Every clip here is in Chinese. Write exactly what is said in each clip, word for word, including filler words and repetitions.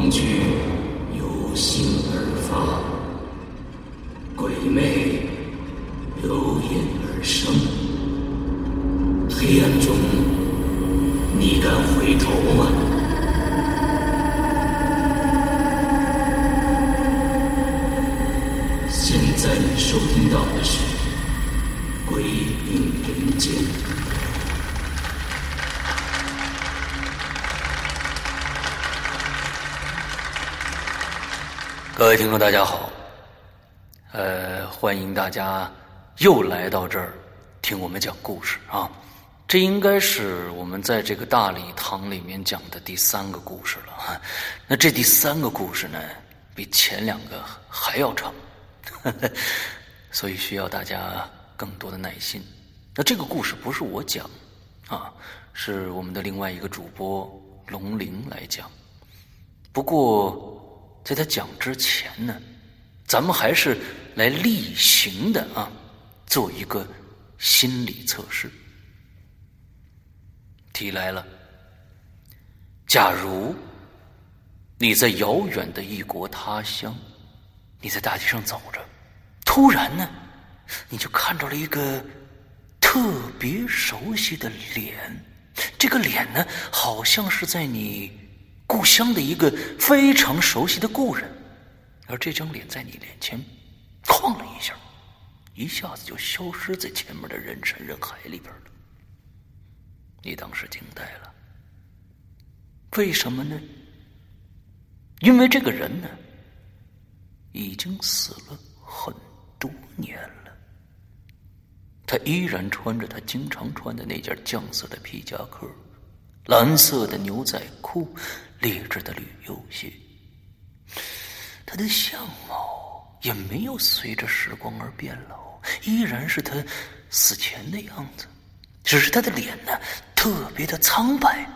恐惧由心而发，鬼魅由眼而生。黑暗中，你敢回头吗？现在你收听到的是《鬼影人间》。各位听众大家好，呃，欢迎大家又来到这儿听我们讲故事啊。这应该是我们在这个大礼堂里面讲的第三个故事了啊。那这第三个故事呢，比前两个还要长，呵呵，所以需要大家更多的耐心。那这个故事不是我讲啊，是我们的另外一个主播龙鳞来讲。不过在他讲之前呢，咱们还是来例行的啊，做一个心理测试。题来了，假如你在遥远的异国他乡，你在大街上走着，突然呢，你就看到了一个特别熟悉的脸，这个脸呢，好像是在你故乡的一个非常熟悉的故人，而这张脸在你脸前晃了一下，一下子就消失在前面的人山人海里边了。你当时惊呆了，为什么呢？因为这个人呢，已经死了很多年了，他依然穿着他经常穿的那件酱色的皮夹克，蓝色的牛仔裤，劣质的旅游鞋。他的相貌也没有随着时光而变老，依然是他死前的样子，只是他的脸呢，特别的苍白。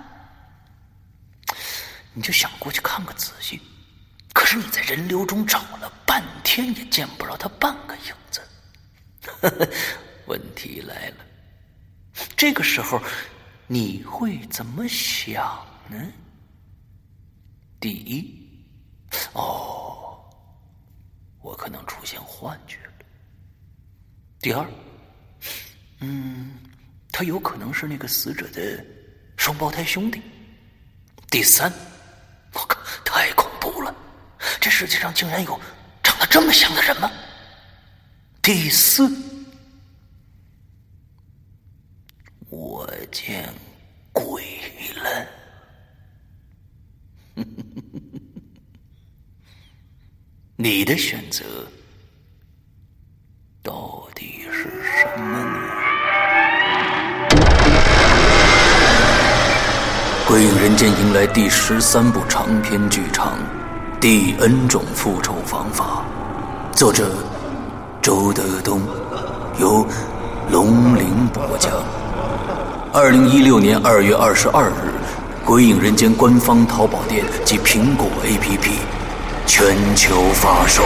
你就想过去看个仔细，可是你在人流中找了半天也见不着他半个影子。问题来了，这个时候你会怎么想呢？第一，哦，我可能出现幻觉了。第二，嗯，他有可能是那个死者的双胞胎兄弟。第三，我靠，太恐怖了，这世界上竟然有长得这么像的人吗？第四，我见鬼了。你的选择到底是什么呢？鬼影人间迎来第十三部长篇剧场《第 N 种复仇方法》，作者周德东，由龙鳞播讲。二零一六年二月二十二日，鬼影人间官方淘宝店及苹果 A P P 全球发售。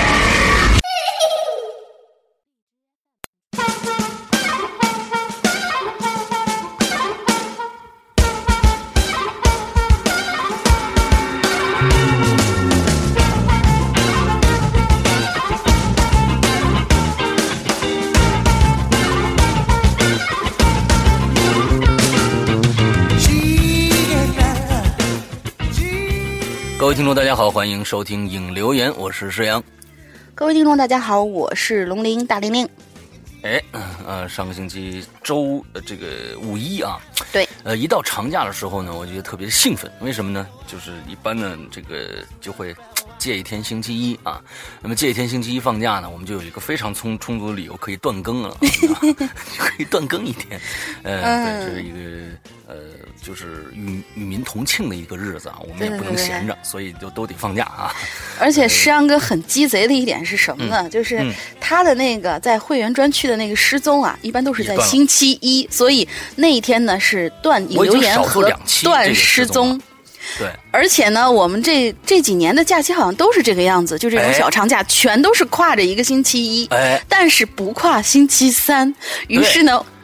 各位听众大家好，欢迎收听影留言，我是施阳。 各位听众大家好，我是龙鳞大玲玲。 哎，呃，上个星期周呃这个五一啊， 对， 呃，一到长假的时候呢，我觉得特别兴奋。为什么呢？就是一般呢，这个就会借一天星期一啊。那么借一天星期一放假呢，我们就有一个非常充充足的理由可以断更了，可以断更一天。呃，对，这是一个呃，就是与与民同庆的一个日子啊，我们也不能闲着，所以就都得放假啊。 而且石阳哥很鸡贼的一点是什么呢？ 嗯、 就是他的那个在会员专区的那个失踪啊，一般都是在星期一，所以那一天呢是断影留言和断失踪。 对， 而且呢，我们这这几年的假期好像都是这个样子，就这种小长假，全都是跨着一个星期一， 哎， 但是不跨星期三。于是呢，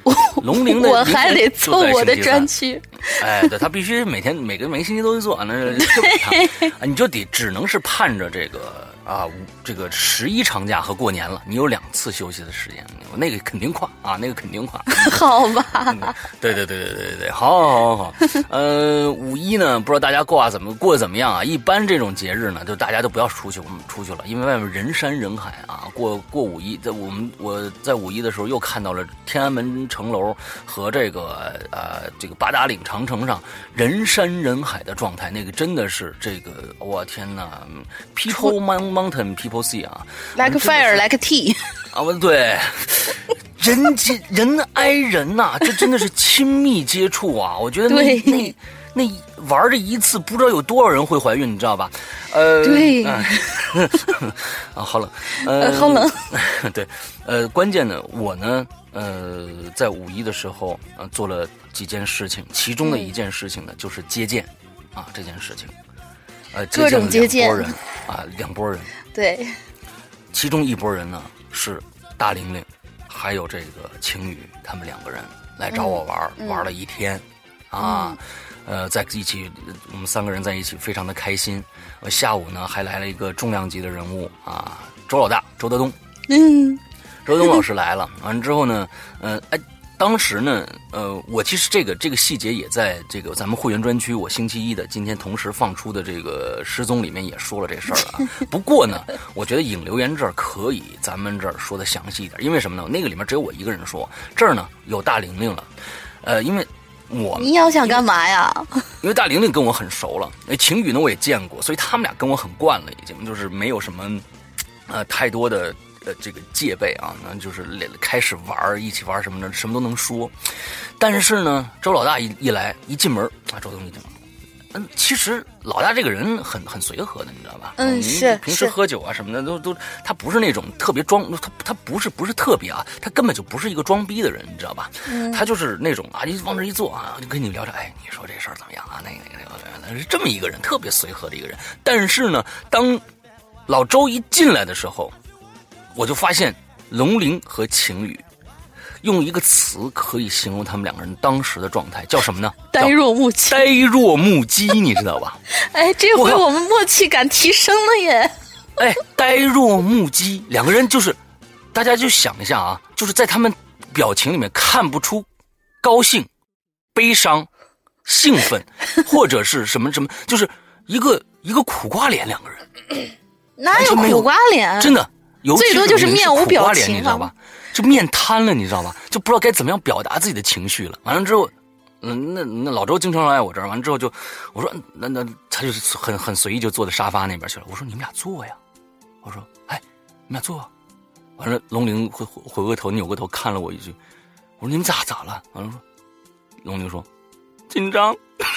龙陵的我还得凑我的专区。 哎，对，他必须每天每个每个星期都得做，那他你就得只能是盼着这个啊，这个十一长假和过年了，你有两次休息的时间，那个肯定跨啊，那个肯定跨。 好吧、 嗯，对对对对对对，好好好好。呃，五一呢，不知道大家过啊怎么过得怎么样啊？一般这种节日呢，就大家都不要出去出去了，因为外面人山人海啊。过过五一，在我们我在五一的时候又看到了天安门城楼和这个呃这个八达岭长城上人山人海的状态，那个真的是这个我天哪 ，People Mountain People Sea 啊 ，Like fire, like tea 啊，我对。人接人挨人呐、啊，这真的是亲密接触啊！我觉得那那那玩这一次，不知道有多少人会怀孕，你知道吧？呃， 对， 啊，好冷，呃， 好冷。 对，呃，关键呢，我呢，呃，在五一的时候，呃，做了几件事情，其中的一件事情呢，就是接见，啊，这件事情，呃， 各种接见， 两拨人啊，两拨人， 对， 其中一拨人呢是大玲玲。还有这个晴雨，他们两个人来找我玩，嗯、玩了一天，嗯、啊，呃，在一起，我们三个人在一起，非常的开心。呃，下午呢，还来了一个重量级的人物啊，周老大，周德东， 嗯， 周德东老师来了。完了之后呢，呃，哎。当时呢，呃，我其实这个这个细节也在这个咱们会员专区，我星期一的今天同时放出的这个失踪里面也说了这事儿啊。不过呢，我觉得引留言这儿可以咱们这儿说的详细一点，因为什么呢？那个里面只有我一个人说，这儿呢有大玲玲了，呃，因为我你要想干嘛呀？ 因为大玲玲跟我很熟了，那晴雨呢我也见过，所以他们俩跟我很惯了，已经就是没有什么呃太多的。呃，这个戒备啊，那就是开始玩，一起玩什么的，什么都能说。但是呢，周老大一一来，一进门啊，周东一进门，嗯，其实老大这个人很很随和的，你知道吧？ 嗯，是。 平时喝酒啊什么的，都都，他不是那种特别装，他他不是不是特别啊，他根本就不是一个装逼的人，你知道吧？嗯，他就是那种啊，一往这一坐啊，就跟你聊着，哎，你说这事儿怎么样啊？那个那个那个，是这么一个人，特别随和的一个人。但是呢，当老周一进来的时候。我就发现龙玲和晴雨用一个词可以形容他们两个人当时的状态，叫什么呢？ 呆若木鸡。 呆若木鸡，你知道吧？ 哎，这回我们默契感提升了耶！ 哎，呆若木鸡，两个人就是，大家就想一下啊，就是在他们表情里面看不出高兴、悲伤、兴奋，或者是什么什么，就是一个一个苦瓜脸，两个人。 哪有苦瓜脸？ 真的。 最多就是面无表情， 你知道吧？就面瘫了，你知道吧？就不知道该怎么样表达自己的情绪了。完了之后，嗯，那那老周经常来我这儿，完了之后就我说那那他就是很很随意就坐在沙发那边去了。我说你们俩坐呀，我说哎你们俩坐啊。完了龙玲回回过头扭过头看了我一句，我说你们咋咋了？完了说龙玲说紧张。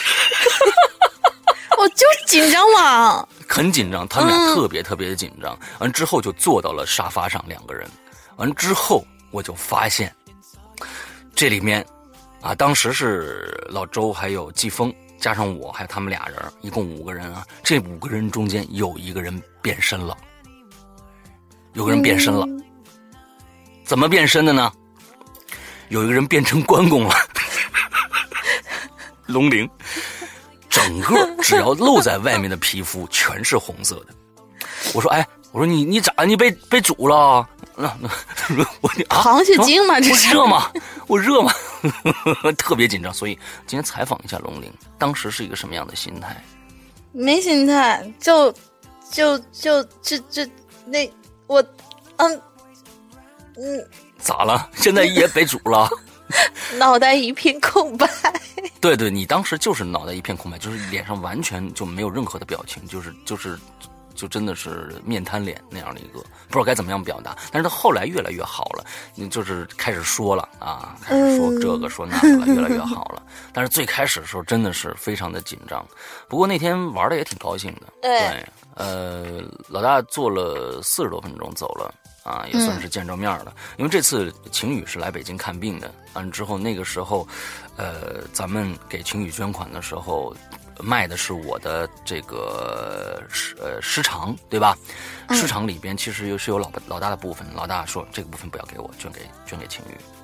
我就是紧张嘛， 很紧张，他们俩特别特别的紧张。完、嗯、之后就坐到了沙发上，两个人。完之后我就发现，这里面啊，当时是老周还有季风加上我，还有他们俩人，一共五个人啊。这五个人中间有一个人变身了，有个人变身了，嗯、怎么变身的呢？有一个人变成关公了，龙陵。整个只要露在外面的皮肤全是红色的。我说，哎，我说你你咋你被被煮了？那那我啊， 螃蟹精吗？这是我热吗？我热吗？特别紧张，所以今天采访一下龙玲，当时是一个什么样的心态？ 没心态，就就就就就那我嗯嗯， 咋了？现在也被煮了。 脑袋一片空白。 对对，你当时就是脑袋一片空白，就是脸上完全就没有任何的表情，就是就是就真的是面瘫脸那样的一个，不知道该怎么样表达。但是他后来越来越好了，就是开始说了啊，开始说这个说那个了，越来越好了。但是最开始的时候真的是非常的紧张，不过那天玩的也挺高兴的。对，呃，老大坐了四十多分钟走了。啊，也算是见着面了、嗯。因为这次晴雨是来北京看病的，完了之后那个时候，呃，咱们给晴雨捐款的时候，卖的是我的这个呃失常，对吧？失常里边其实又是有老老大的部分，老大说这个部分不要给我，捐给捐给晴雨。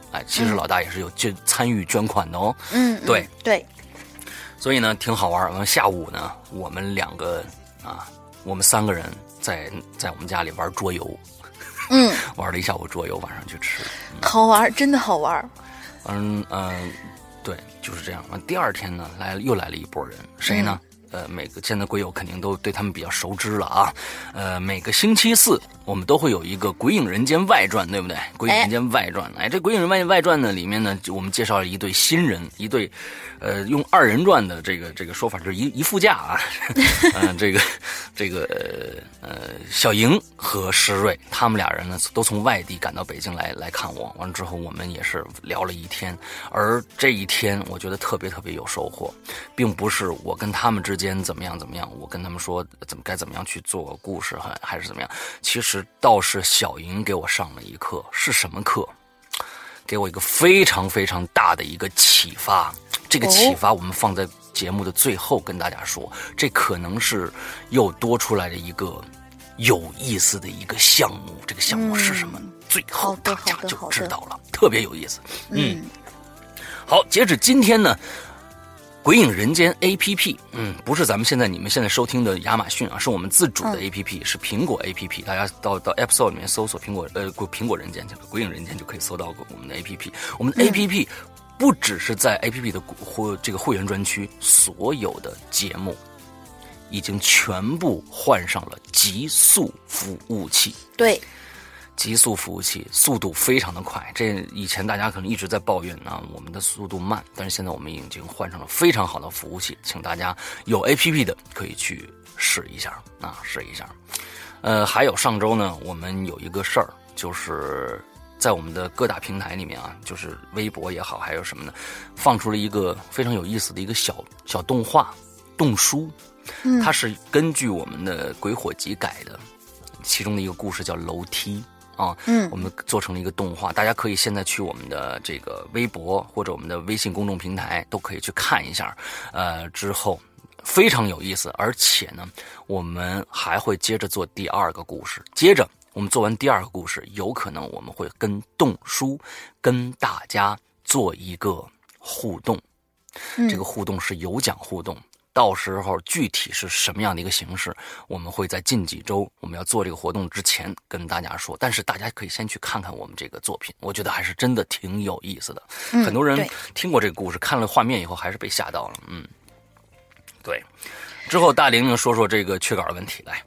哎，其实老大也是有捐参与捐款的哦。 嗯， 对、 嗯、对。 所以呢，挺好玩。完下午呢，我们两个啊，我们三个人在在我们家里玩桌游， 嗯， 玩了一下午桌游，晚上去吃， 嗯、好玩，真的好玩。 嗯嗯、呃，对，就是这样。完第二天呢，来又来了一拨人，谁呢？嗯呃，每个现在鬼友肯定都对他们比较熟知了啊。呃，每个星期四我们都会有一个《鬼影人间外传》，对不对？《鬼影人间外传》哎，这《鬼影人间外传》呢，里面呢，我们介绍了一对新人，一对，呃，用二人转的这个这个说法，就是一一副驾啊。嗯、呃，这个这个呃，小莹和石瑞，他们俩人呢都从外地赶到北京来来看我。完了之后，我们也是聊了一天，而这一天我觉得特别特别有收获，并不是我跟他们之间怎么样怎么样，我跟他们说怎么该怎么样去做个故事，还还是怎么样。其实倒是小莹给我上了一课，是什么课？给我一个非常非常大的一个启发。这个启发我们放在节目的最后跟大家说，这可能是又多出来的一个有意思的一个项目。这个项目是什么？嗯、最后大家就知道了，特别有意思。嗯，好，截止今天呢。鬼影人间 A P P， 嗯，不是咱们现在你们现在收听的亚马逊啊，是我们自主的 A P P，、嗯、是苹果 A P P。大家到到 App Store 里面搜索苹果呃苹果人间去了，鬼影人间就可以搜到我们的 A P P。我们的 A P P 不只是在 A P P 的会这个会员专区，所有的节目已经全部换上了极速服务器。 对。 极速服务器速度非常的快，这以前大家可能一直在抱怨啊，我们的速度慢，但是现在我们已经换上了非常好的服务器，请大家有 A P P 的可以去试一下啊，试一下。呃，还有上周呢，我们有一个事儿，就是在我们的各大平台里面啊，就是微博也好，还有什么呢，放出了一个非常有意思的一个小小动画动书， 嗯， 它是根据我们的鬼火集改的，其中的一个故事叫楼梯。啊， 嗯， 我们做成了一个动画，大家可以现在去我们的这个微博或者我们的微信公众平台都可以去看一下，呃，之后非常有意思，而且呢，我们还会接着做第二个故事，接着我们做完第二个故事，有可能我们会跟动书跟大家做一个互动， 嗯、 这个互动是有奖互动。到时候具体是什么样的一个形式，我们会在近几周我们要做这个活动之前跟大家说，但是大家可以先去看看我们这个作品，我觉得还是真的挺有意思的。 嗯、 很多人听过这个故事，看了画面以后还是被吓到了。嗯，对。之后大玲玲说说这个缺稿的问题来。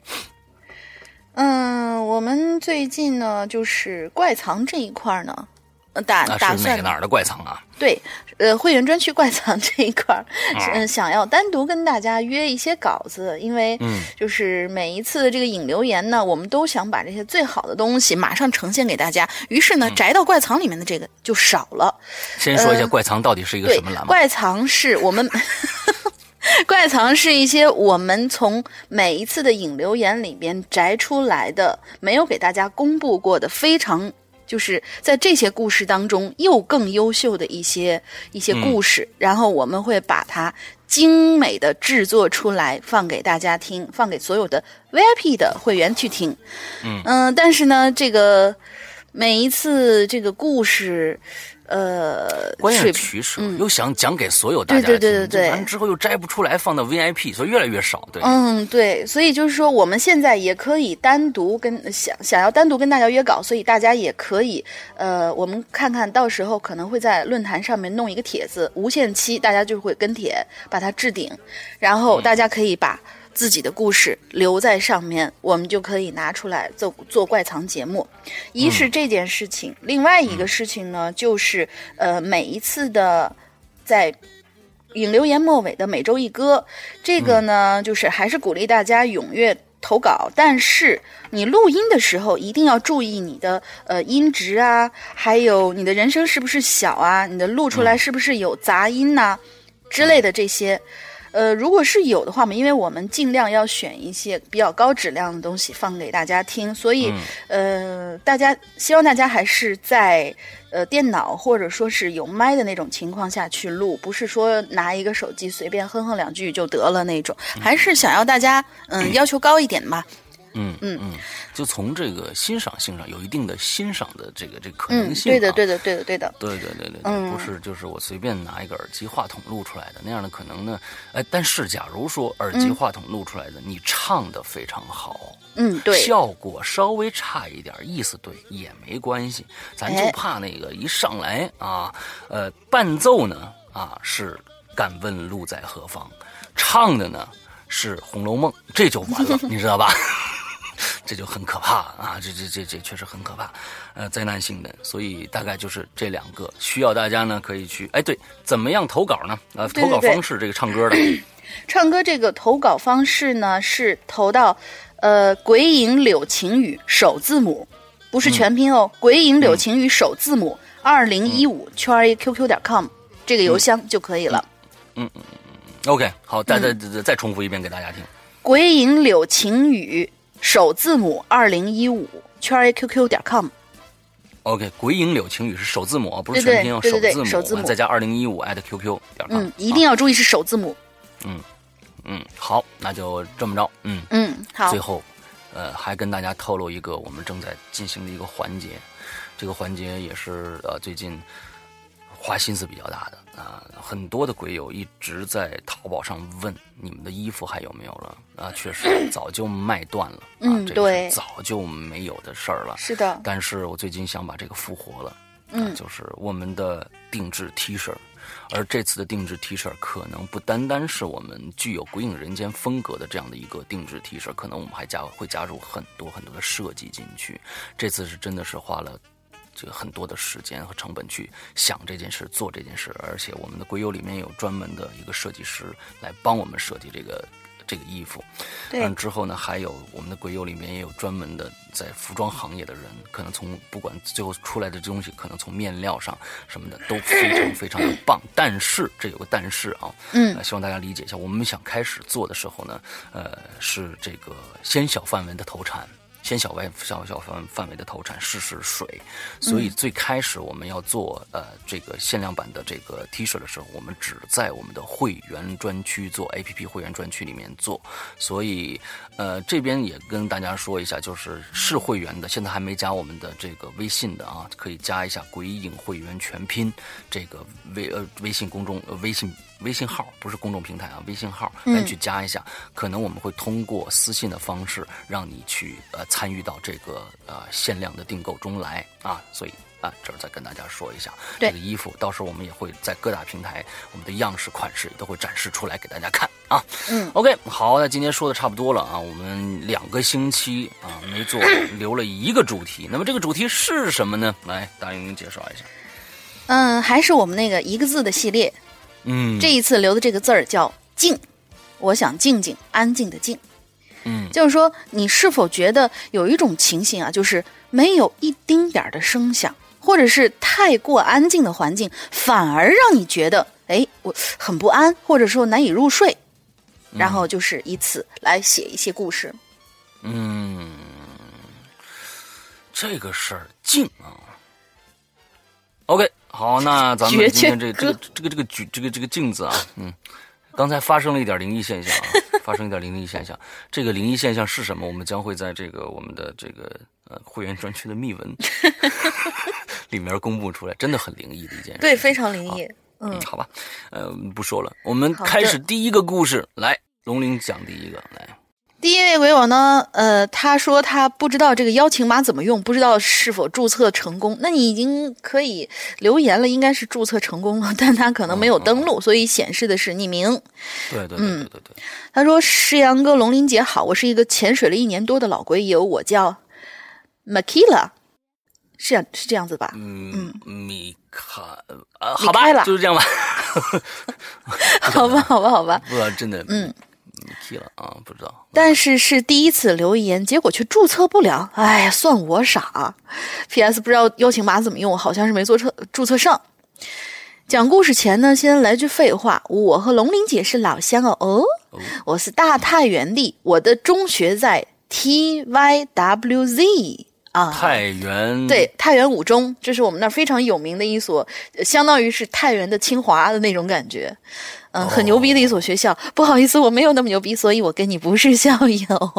嗯，我们最近呢，就是怪藏这一块呢。打打算哪个哪儿的怪藏啊？ 对，呃，会员专区怪藏这一块儿，嗯、呃，想要单独跟大家约一些稿子，因为就是每一次的这个引留言呢，我们都想把这些最好的东西马上呈现给大家，于是呢， 嗯、 宅到怪藏里面的这个就少了。 先说一下怪藏到底是一个什么栏目？ 呃、怪藏是我们。怪藏是一些我们从每一次的引留言里边摘出来的，没有给大家公布过的，非常就是在这些故事当中又更优秀的一些一些故事、嗯、然后我们会把它精美的制作出来放给大家听，放给所有的 V I P 的会员去听。 嗯嗯、呃，但是呢这个每一次这个故事呃， 关键是取舍、嗯，又想讲给所有大家听， 对对对对对， 完之后又摘不出来放到 V I P， 所以越来越少。对， 嗯，对，所以就是说，我们现在也可以单独跟想想要单独跟大家约稿，所以大家也可以，呃，我们看看到时候可能会在论坛上面弄一个帖子，无限期，大家就会跟帖把它置顶，然后大家可以把自己的故事留在上面，我们就可以拿出来做做怪藏节目。一是这件事情、嗯、另外一个事情呢、嗯、就是呃每一次的在引留言末尾的每周一歌，这个呢、嗯、就是还是鼓励大家踊跃投稿，但是你录音的时候一定要注意你的呃音质啊，还有你的人声是不是小啊，你的录出来是不是有杂音呐、啊嗯、之类的这些。呃，如果是有的话嘛，因为我们尽量要选一些比较高质量的东西放给大家听，所以、嗯、呃，大家希望大家还是在呃电脑或者说是有麦的那种情况下去录，不是说拿一个手机随便哼哼两句就得了那种，还是想要大家嗯、呃、要求高一点嘛。 嗯嗯嗯，就从这个欣赏性上有一定的欣赏的这个这个可能性、啊。 嗯，对的对的对的对的。 对对对对对， 嗯、 不是就是我随便拿一个耳机话筒录出来的那样的可能呢。哎，但是假如说耳机话筒录出来的，嗯、你唱的非常好， 嗯，对， 效果稍微差一点，意思对也没关系，咱就怕那个一上来啊，呃，伴奏呢啊是敢问路在何方，唱的呢是《红楼梦》，这就完了，你知道吧？这就很可怕啊！这这这这确实很可怕，呃，灾难性的。所以大概就是这两个，需要大家呢可以去，哎，对，怎么样投稿呢？呃，投稿方式，这个唱歌的， 唱歌这个投稿方式呢是投到，呃，鬼影柳晴雨首字母，不是全拼哦，嗯、鬼影柳晴雨首字母二零一五圈 a q q 点 com 这个邮箱就可以了。 嗯嗯嗯嗯 ，OK， 好，再再再再重复一遍给大家听。 鬼影柳晴雨首字母二零一五圈 a q q 点 com。 OK， 鬼影柳晴雨是首字母，不是全拼哦， 对对对首字母， 首字母再加二零一五 at qq 点 com。 嗯，一定要注意是首字母。 嗯嗯，好，那就这么着。嗯嗯，好。 最后，呃，还跟大家透露一个我们正在进行的一个环节，这个环节也是呃最近花心思比较大的啊、呃，很多的鬼友一直在淘宝上问你们的衣服还有没有了啊，确实早就卖断了，啊、 嗯， 这对， 早就没有的事儿了。 是的， 但是我最近想把这个复活了， 嗯、 啊，就是我们的定制 T 恤。而这次的定制 T 恤可能不单单是我们具有鬼影人间风格的这样的一个定制 T 恤，可能我们还加会加入很多很多的设计进去。这次是真的是花了这个很多的时间和成本去想这件事、做这件事，而且我们的鬼友里面有专门的一个设计师来帮我们设计这个这个衣服。 对， 嗯，之后呢，还有我们的鬼友里面也有专门的在服装行业的人，可能从不管最后出来的东西，可能从面料上什么的都非常非常的棒。但是这有个但是啊， 嗯、 呃，希望大家理解一下。我们想开始做的时候呢，呃，是这个先小范围的投产。先小外小小范范围的投产试试水，所以最开始我们要做呃这个限量版的这个 T 恤的时候，我们只在我们的会员专区做 A P P 会员专区里面做，所以呃这边也跟大家说一下，就是是会员的，现在还没加我们的这个微信的啊，可以加一下鬼影会员全拼这个微呃微信公众呃微信。微信号不是公众平台啊，微信号，赶紧去加一下、嗯。可能我们会通过私信的方式，让你去呃参与到这个呃限量的订购中来啊。所以啊，这儿再跟大家说一下，这个衣服到时候我们也会在各大平台，我们的样式款式也都会展示出来给大家看啊。 嗯 ，OK， 好，那今天说的差不多了啊，我们两个星期啊没做，留了一个主题。那么这个主题是什么呢？来，大英介绍一下。 嗯，还是我们那个一个字的系列。 嗯， 这一次留的这个字儿叫静，我想静静，安静的静。 嗯， 就是说，你是否觉得有一种情形啊，就是没有一丁点儿的声响，或者是太过安静的环境，反而让你觉得，哎，我很不安，或者说难以入睡，然后就是以此来写一些故事。 嗯，这个事儿静啊。OK。好，那咱们今天这这个这个这个举这个这个镜子啊，嗯，刚才发生了一点灵异现象啊，发生一点灵异现象。这个灵异现象是什么？我们将会在这个我们的这个呃会员专区的密文里面公布出来，真的很灵异的一件事。 对，非常灵异。嗯， 好吧，呃，不说了，我们开始第一个故事。来，龙鳞讲第一个，来。 第一位鬼友呢，呃，他说他不知道这个邀请码怎么用，不知道是否注册成功。那你已经可以留言了，应该是注册成功了，但他可能没有登录，嗯、所以显示的是匿名。 对对对对对对。 他说：“石阳哥、龙鳞姐好，我是一个潜水了一年多的老鬼友，我叫 Makila， 是啊，是这样子吧？ 嗯，米卡啊，好吧，就是这样吧。 好吧，好吧，好吧。 不知道真的， 嗯。” 踢了啊，不知道。 但是是第一次留言，结果却注册不了，哎，算我傻。P S 不知道邀请码怎么用，好像是没做册注册上。讲故事前呢，先来句废话，我和龙鳞姐是老乡哦。哦，哦我是大太原的，我的中学在 T Y W Z 啊， 太原。 对，太原五中，这是我们那儿非常有名的一所，相当于是太原的清华的那种感觉。嗯，很牛逼的一所学校。Oh. 不好意思，我没有那么牛逼，所以我跟你不是校友。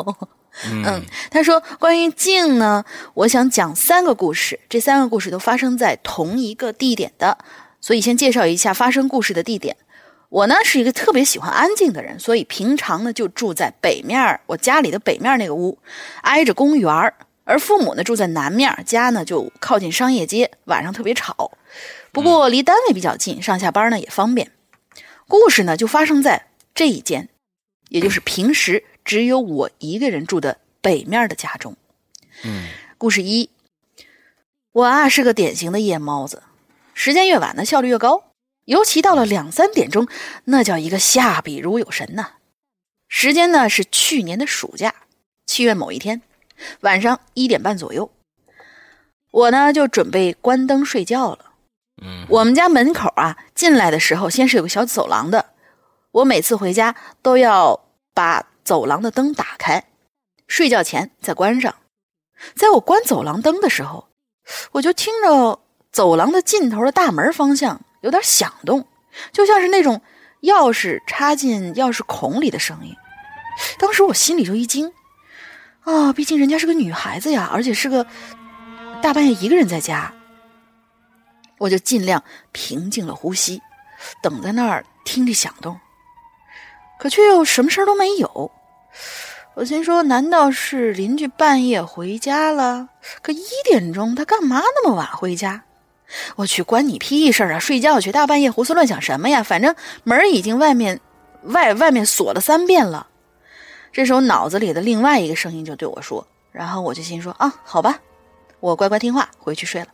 嗯, 嗯，他说关于静呢，我想讲三个故事，这三个故事都发生在同一个地点的，所以先介绍一下发生故事的地点。我呢是一个特别喜欢安静的人，所以平常呢就住在北面，我家里的北面那个屋，挨着公园，而父母呢住在南面，家呢就靠近商业街，晚上特别吵。不过离单位比较近，上下班呢也方便。故事呢就发生在这一间，也就是平时只有我一个人住的北面的家中。 嗯， 故事一，我啊是个典型的夜猫子，时间越晚呢效率越高，尤其到了两三点钟，那叫一个下笔如有神呐。时间呢是去年的暑假，七月某一天晚上一点半左右，我呢就准备关灯睡觉了。 嗯， 我们家门口啊进来的时候先是有个小走廊的，我每次回家都要把走廊的灯打开，睡觉前再关上。在我关走廊灯的时候，我就听着走廊的尽头的大门方向有点响动，就像是那种钥匙插进钥匙孔里的声音。当时我心里就一惊啊，毕竟人家是个女孩子呀，而且是个大半夜一个人在家。我就尽量平静了呼吸，等在那儿听着响动，可却又什么事都没有。我心说，难道是邻居半夜回家了？可一点钟他干嘛那么晚回家？我去，关你屁事啊！睡觉去，大半夜胡思乱想什么呀？反正门已经外面外外面锁了三遍了。这时候脑子里的另外一个声音就对我说，然后我就心说啊，好吧，我乖乖听话回去睡了。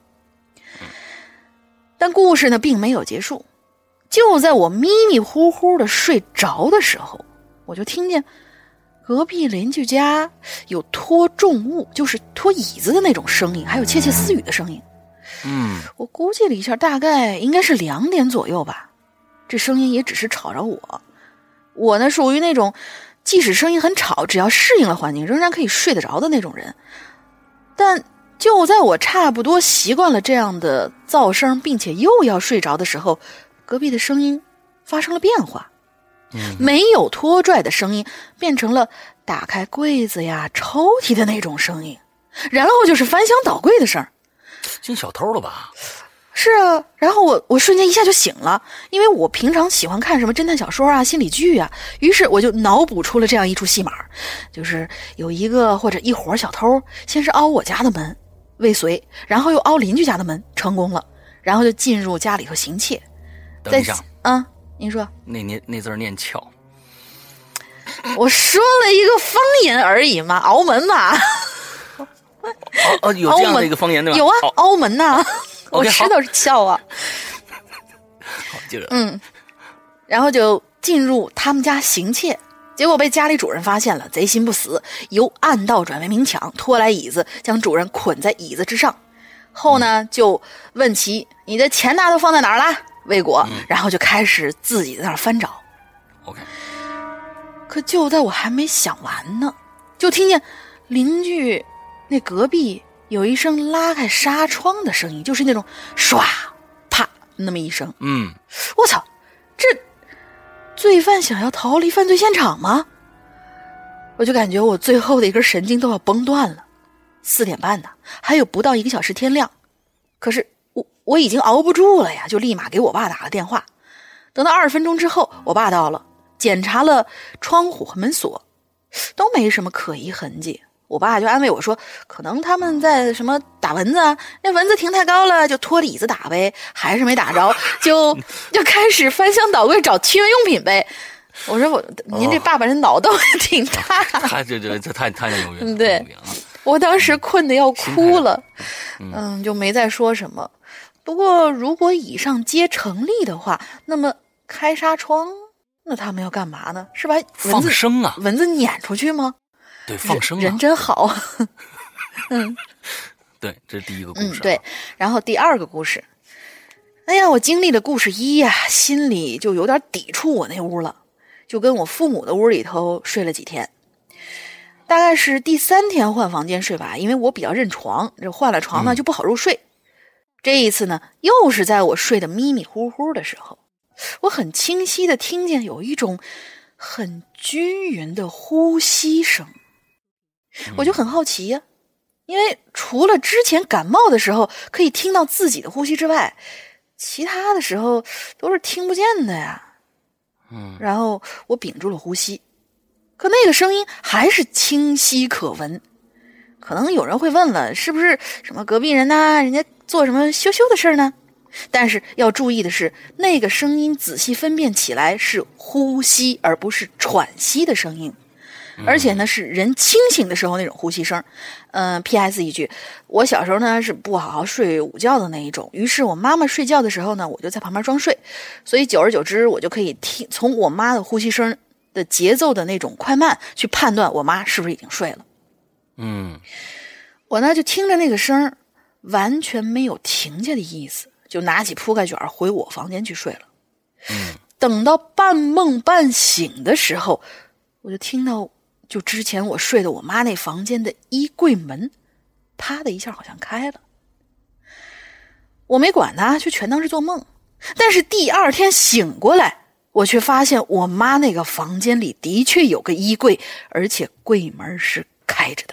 但故事呢并没有结束，就在我迷迷糊糊的睡着的时候，我就听见隔壁邻居家有拖重物，就是拖椅子的那种声音，还有窃窃私语的声音。 嗯， 我估计了一下，大概应该是两点左右吧。这声音也只是吵着我，我呢属于那种即使声音很吵，只要适应了环境，仍然可以睡得着的那种人。但就在我差不多习惯了这样的噪声，并且又要睡着的时候，隔壁的声音发生了变化。 嗯， 没有拖拽的声音变成了打开柜子呀抽屉的那种声音，然后就是翻箱倒柜的声儿。 进小偷了吧？ 是啊，然后我我瞬间一下就醒了，因为我平常喜欢看什么侦探小说啊、心理剧啊，于是我就脑补出了这样一出戏码，就是有一个或者一伙小偷，先是凹我家的门未遂，然后又凹邻居家的门成功了，然后就进入家里头行窃。 等一下啊，您说那那那字念撬。 我说了一个方言而已嘛，澳门嘛。 哦哦，有这样的一个方言对吧？ 有啊，澳门呐、啊，我知道是撬啊。 好，接着。 嗯，然后就进入他们家行窃，结果被家里主人发现了，贼心不死，由暗道转为明抢，拖来椅子，将主人捆在椅子之上。后呢，嗯、就问其你的钱拿都放在哪儿了？未果，嗯、然后就开始自己在那儿翻找。 OK。 可就在我还没想完呢，就听见邻居那隔壁有一声拉开纱窗的声音，就是那种唰啪那么一声。 嗯， 我操，这罪犯想要逃离犯罪现场吗？我就感觉我最后的一根神经都要崩断了。四点半呢，还有不到一个小时天亮，可是我我已经熬不住了呀，就立马给我爸打了电话。等到二十分钟之后，我爸到了，检查了窗户和门锁，都没什么可疑痕迹。我爸就安慰我说，可能他们在什么打蚊子啊，那蚊子停太高了，就拖着椅子打呗，还是没打着，就就开始翻箱倒柜找驱蚊用品呗。我说我，您这爸爸人脑洞也挺大， 他这这这太太有缘了。 对，我当时困得要哭了，嗯，就没再说什么。不过如果以上皆成立的话，那么开纱窗，那他们要干嘛呢？是把蚊子放生啊， 蚊子撵出去吗？ 对，放生、啊、 人真好。嗯， 对，这是第一个故事、啊。 嗯，对。然后第二个故事，哎呀，我经历了故事一呀、啊，心里就有点抵触我那屋了，就跟我父母的屋里头睡了几天。大概是第三天换房间睡吧，因为我比较认床，这换了床呢就不好入睡。嗯、这一次呢，又是在我睡得迷迷糊糊的时候，我很清晰的听见有一种很均匀的呼吸声。 我就很好奇呀、啊，因为除了之前感冒的时候可以听到自己的呼吸之外，其他的时候都是听不见的呀。 嗯， 然后我屏住了呼吸，可那个声音还是清晰可闻。可能有人会问了，是不是什么隔壁人呐、啊，人家做什么羞羞的事呢？但是要注意的是，那个声音仔细分辨起来是呼吸而不是喘息的声音，而且呢是人清醒的时候那种呼吸声。嗯、呃、P S 一句，我小时候呢是不好好睡午觉的那一种，于是我妈妈睡觉的时候呢，我就在旁边装睡，所以久而久之，我就可以听从我妈的呼吸声的节奏的那种快慢去判断我妈是不是已经睡了。 嗯， 我呢就听着那个声完全没有停下的意思，就拿起铺盖卷回我房间去睡了。 嗯， 等到半梦半醒的时候，我就听到就之前我睡的我妈那房间的衣柜门啪的一下好像开了。我没管它，就全当是做梦。但是第二天醒过来，我却发现我妈那个房间里的确有个衣柜，而且柜门是开着的。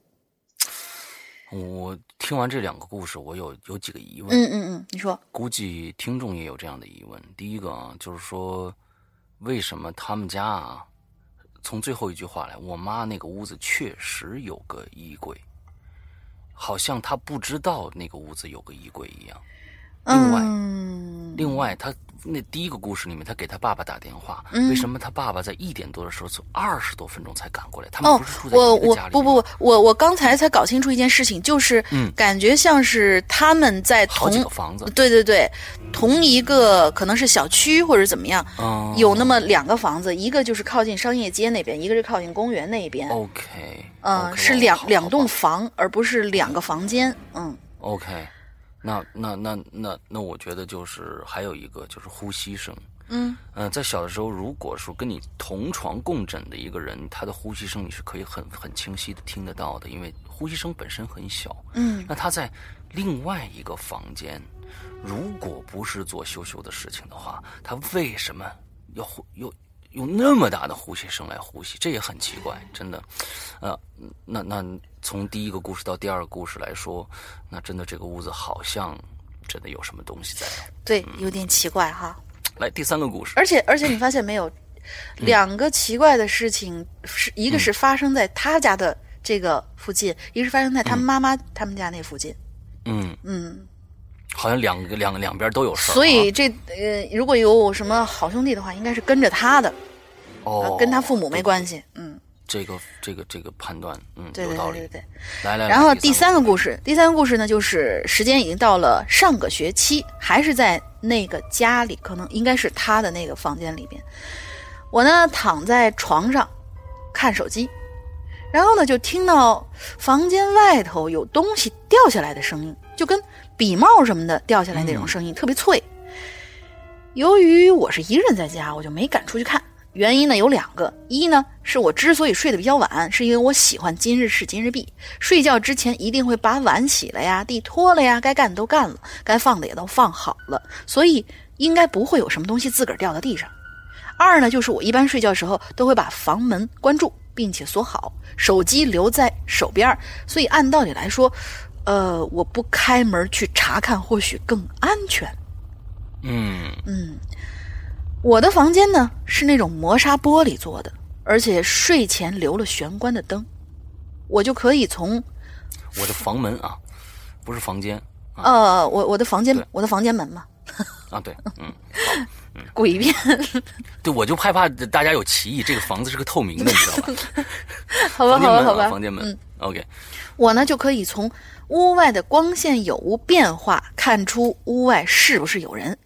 我听完这两个故事，我有有几个疑问。 嗯嗯嗯，你说。 估计听众也有这样的疑问。第一个啊，就是说，为什么他们家啊，从最后一句话来，我妈那个屋子确实有个衣柜，好像她不知道那个屋子有个衣柜一样。另外， 嗯、 另外，他那第一个故事里面，他给他爸爸打电话， 嗯、 为什么他爸爸在一点多的时候，从二十多分钟才赶过来？他们不是住在哦， 一个家里吗？ 我我不不不，我我刚才才搞清楚一件事情，就是嗯， 感觉像是他们在同好几个房子， 对对对，同一个可能是小区或者怎么样， 嗯， 有那么两个房子，一个就是靠近商业街那边，一个是靠近公园那边。 OK， 嗯， okay, 是两好两栋房，而不是两个房间。嗯 ，OK。那那那那那，我觉得就是还有一个就是呼吸声。 嗯， 呃，在小的时候，如果说跟你同床共枕的一个人，他的呼吸声你是可以很很清晰的听得到的，因为呼吸声本身很小。 嗯， 那他在另外一个房间，如果不是做羞羞的事情的话，他为什么要呼又用那么大的呼吸声来呼吸？这也很奇怪，真的。呃，那那从第一个故事到第二个故事来说，那真的这个屋子好像真的有什么东西在。 对，有点奇怪哈。 来第三个故事， 而且而且你发现没有，两个奇怪的事情，是一个是发生在他家的这个附近，嗯、一个是发生在他妈妈他们家那附近。 嗯嗯， 好像两个两两边都有事儿。 所以这呃，如果有什么好兄弟的话，应该是跟着他的， 哦， 呃、跟他父母没关系。嗯。 这个这个这个判断，嗯， 对对有道理。 对对对， 来来， 然后第三个故事，第三个故事呢，就是时间已经到了上个学期，还是在那个家里，可能应该是他的那个房间里边。我呢躺在床上看手机，然后呢就听到房间外头有东西掉下来的声音，就跟笔帽什么的掉下来那种声音，嗯、特别脆。由于我是一个人在家，我就没敢出去看。原因呢有两个，一呢是我之所以睡得比较晚，是因为我喜欢今日事今日毕，睡觉之前一定会把碗洗了呀，地拖了呀，该干的都干了，该放的也都放好了，所以应该不会有什么东西自个儿掉到地上。二呢就是我一般睡觉的时候都会把房门关住并且锁好，手机留在手边，所以按道理来说，呃，我不开门去查看或许更安全。 嗯嗯。我的房间呢是那种磨砂玻璃做的，而且睡前留了玄关的灯，我就可以从我的房门啊，不是房间。啊、 呃，我我的房间，我的房间门嘛。 啊，对，嗯，好，嗯， 诡辩。 对，我就害怕大家有歧义，这个房子是个透明的，你知道吧？ 好吧，好吧，好吧， 房间门。嗯 ，OK。 我呢就可以从屋外的光线有无变化看出屋外是不是有人。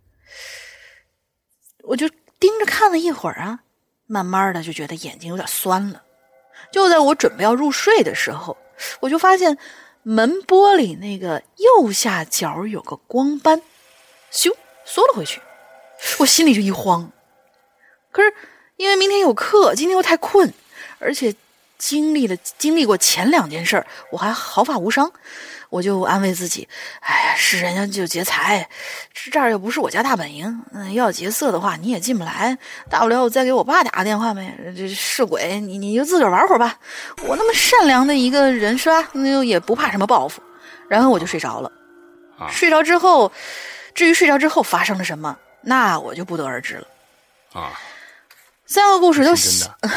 我就盯着看了一会儿啊，慢慢的就觉得眼睛有点酸了。就在我准备要入睡的时候，我就发现门玻璃那个右下角有个光斑，咻缩了回去。我心里就一慌。可是因为明天有课，今天又太困，而且经历了经历过前两件事儿，我还毫发无伤。我就安慰自己，哎呀，是人家就劫财，这儿又不是我家大本营，嗯，要劫色的话你也进不来，大不了我再给我爸打个电话呗。这是鬼，你你就自个儿玩会儿吧。我那么善良的一个人是吧？那也不怕什么报复。然后我就睡着了。 啊、 睡着之后，至于睡着之后发生了什么，那我就不得而知了。 啊， 三个故事都真的。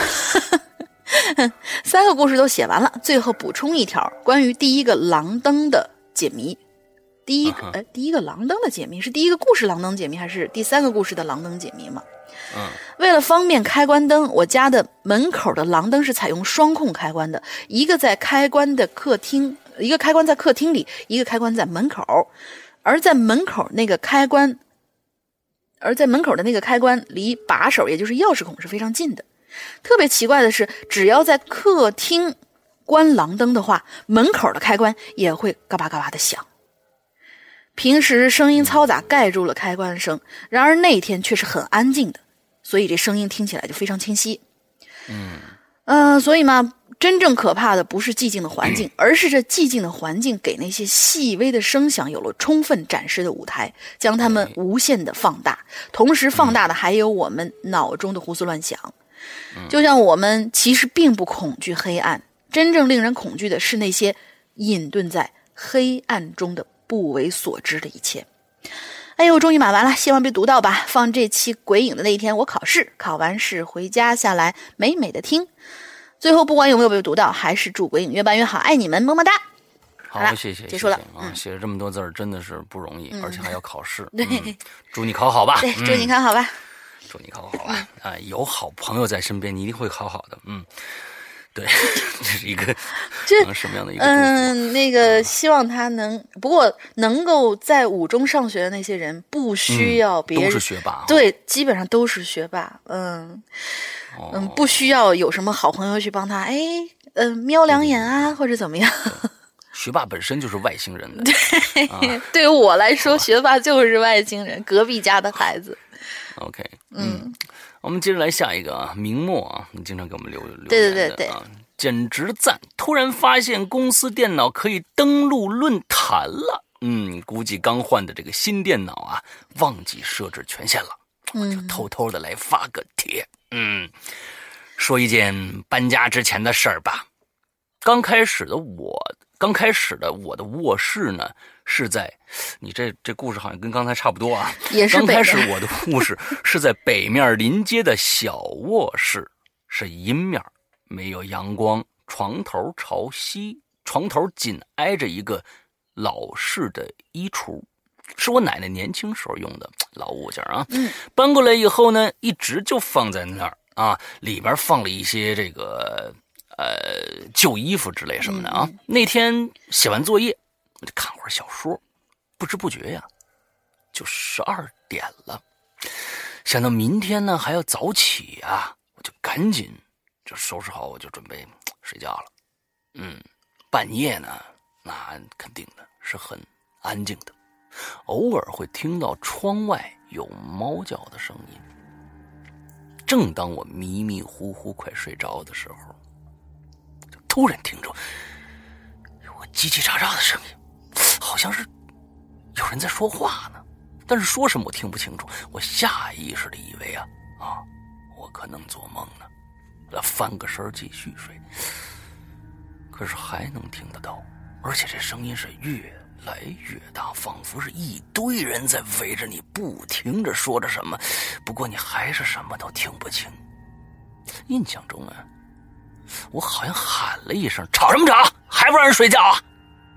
三个故事都写完了，最后补充一条关于第一个狼灯的解谜。第一个，呃、uh huh. 第一个狼灯的解谜是第一个故事狼灯解谜，还是第三个故事的狼灯解谜嘛？ 嗯。Uh. 为了方便开关灯，我家的门口的狼灯是采用双控开关的，一个在开关的客厅，一个开关在客厅里，一个开关在门口。而在门口那个开关，而在门口的那个开关离把手，也就是钥匙孔是非常近的。特别奇怪的是，只要在客厅关狼灯的话，门口的开关也会嘎巴嘎巴的响。平时声音嘈杂盖住了开关声，然而那天却是很安静的，所以这声音听起来就非常清晰。 嗯， 呃，所以嘛，真正可怕的不是寂静的环境，而是这寂静的环境给那些细微的声响有了充分展示的舞台，将它们无限的放大，同时放大的还有我们脑中的胡思乱想。就像我们其实并不恐惧黑暗，真正令人恐惧的是那些隐遁在黑暗中的不为所知的一切。哎呦，终于码完了，希望被读到吧。放这期鬼影的那一天我考试，考完试回家下来美美的听。最后不管有没有被读到，还是祝鬼影越办越好，爱你们，么么哒。 好， 好谢谢， 结束了。 谢谢啊，写了这么多字儿真的是不容易， 嗯、 而且还要考试。 对、 嗯，祝你考好吧。 对，祝你考好吧。嗯祝你考好啊！啊，有好朋友在身边，你一定会考好的。嗯，对，这是一个这什么样的一个嗯，那个希望他能，不过能够在五中上学的那些人，不需要别人、 嗯、都是学霸、哦， 对，基本上都是学霸。嗯、哦、嗯，不需要有什么好朋友去帮他，哎，呃，瞄两眼啊，或者怎么样。 学霸本身就是外星人的。 对， 啊、 对于我来说，学霸就是外星人，隔壁家的孩子。 OK， 嗯，嗯我们接着来下一个啊，明末啊，你经常给我们留留言的对对对对啊，简直赞！突然发现公司电脑可以登录论坛了，嗯，估计刚换的这个新电脑啊，忘记设置权限了，我就偷偷的来发个帖，嗯，说一件搬家之前的事儿吧。刚开始的我，刚开始的我的卧室呢，是在，你这这故事好像跟刚才差不多啊。 也是刚开始我的卧室是在北面临街的小卧室，是阴面，没有阳光，床头朝西，床头紧挨着一个老式的衣橱，是我奶奶年轻时候用的老物件啊。 嗯， 搬过来以后呢，一直就放在那儿啊，里边放了一些这个。呃，旧衣服之类什么的啊。嗯、那天写完作业，我就看会儿小说，不知不觉呀，就十二点了。想到明天呢还要早起啊，我就赶紧就收拾好，我就准备睡觉了。嗯，半夜呢，那肯定的是很安静的，偶尔会听到窗外有猫叫的声音。正当我迷迷糊糊快睡着的时候，突然听着有个叽叽喳喳的声音，好像是有人在说话呢，但是说什么我听不清楚。我下意识的以为啊啊，我可能做梦呢，我翻个身继续睡。可是还能听得到，而且这声音是越来越大，仿佛是一堆人在围着你不停着说着什么，不过你还是什么都听不清。印象中啊，我好像喊了一声，吵什么吵，还不让人睡觉啊。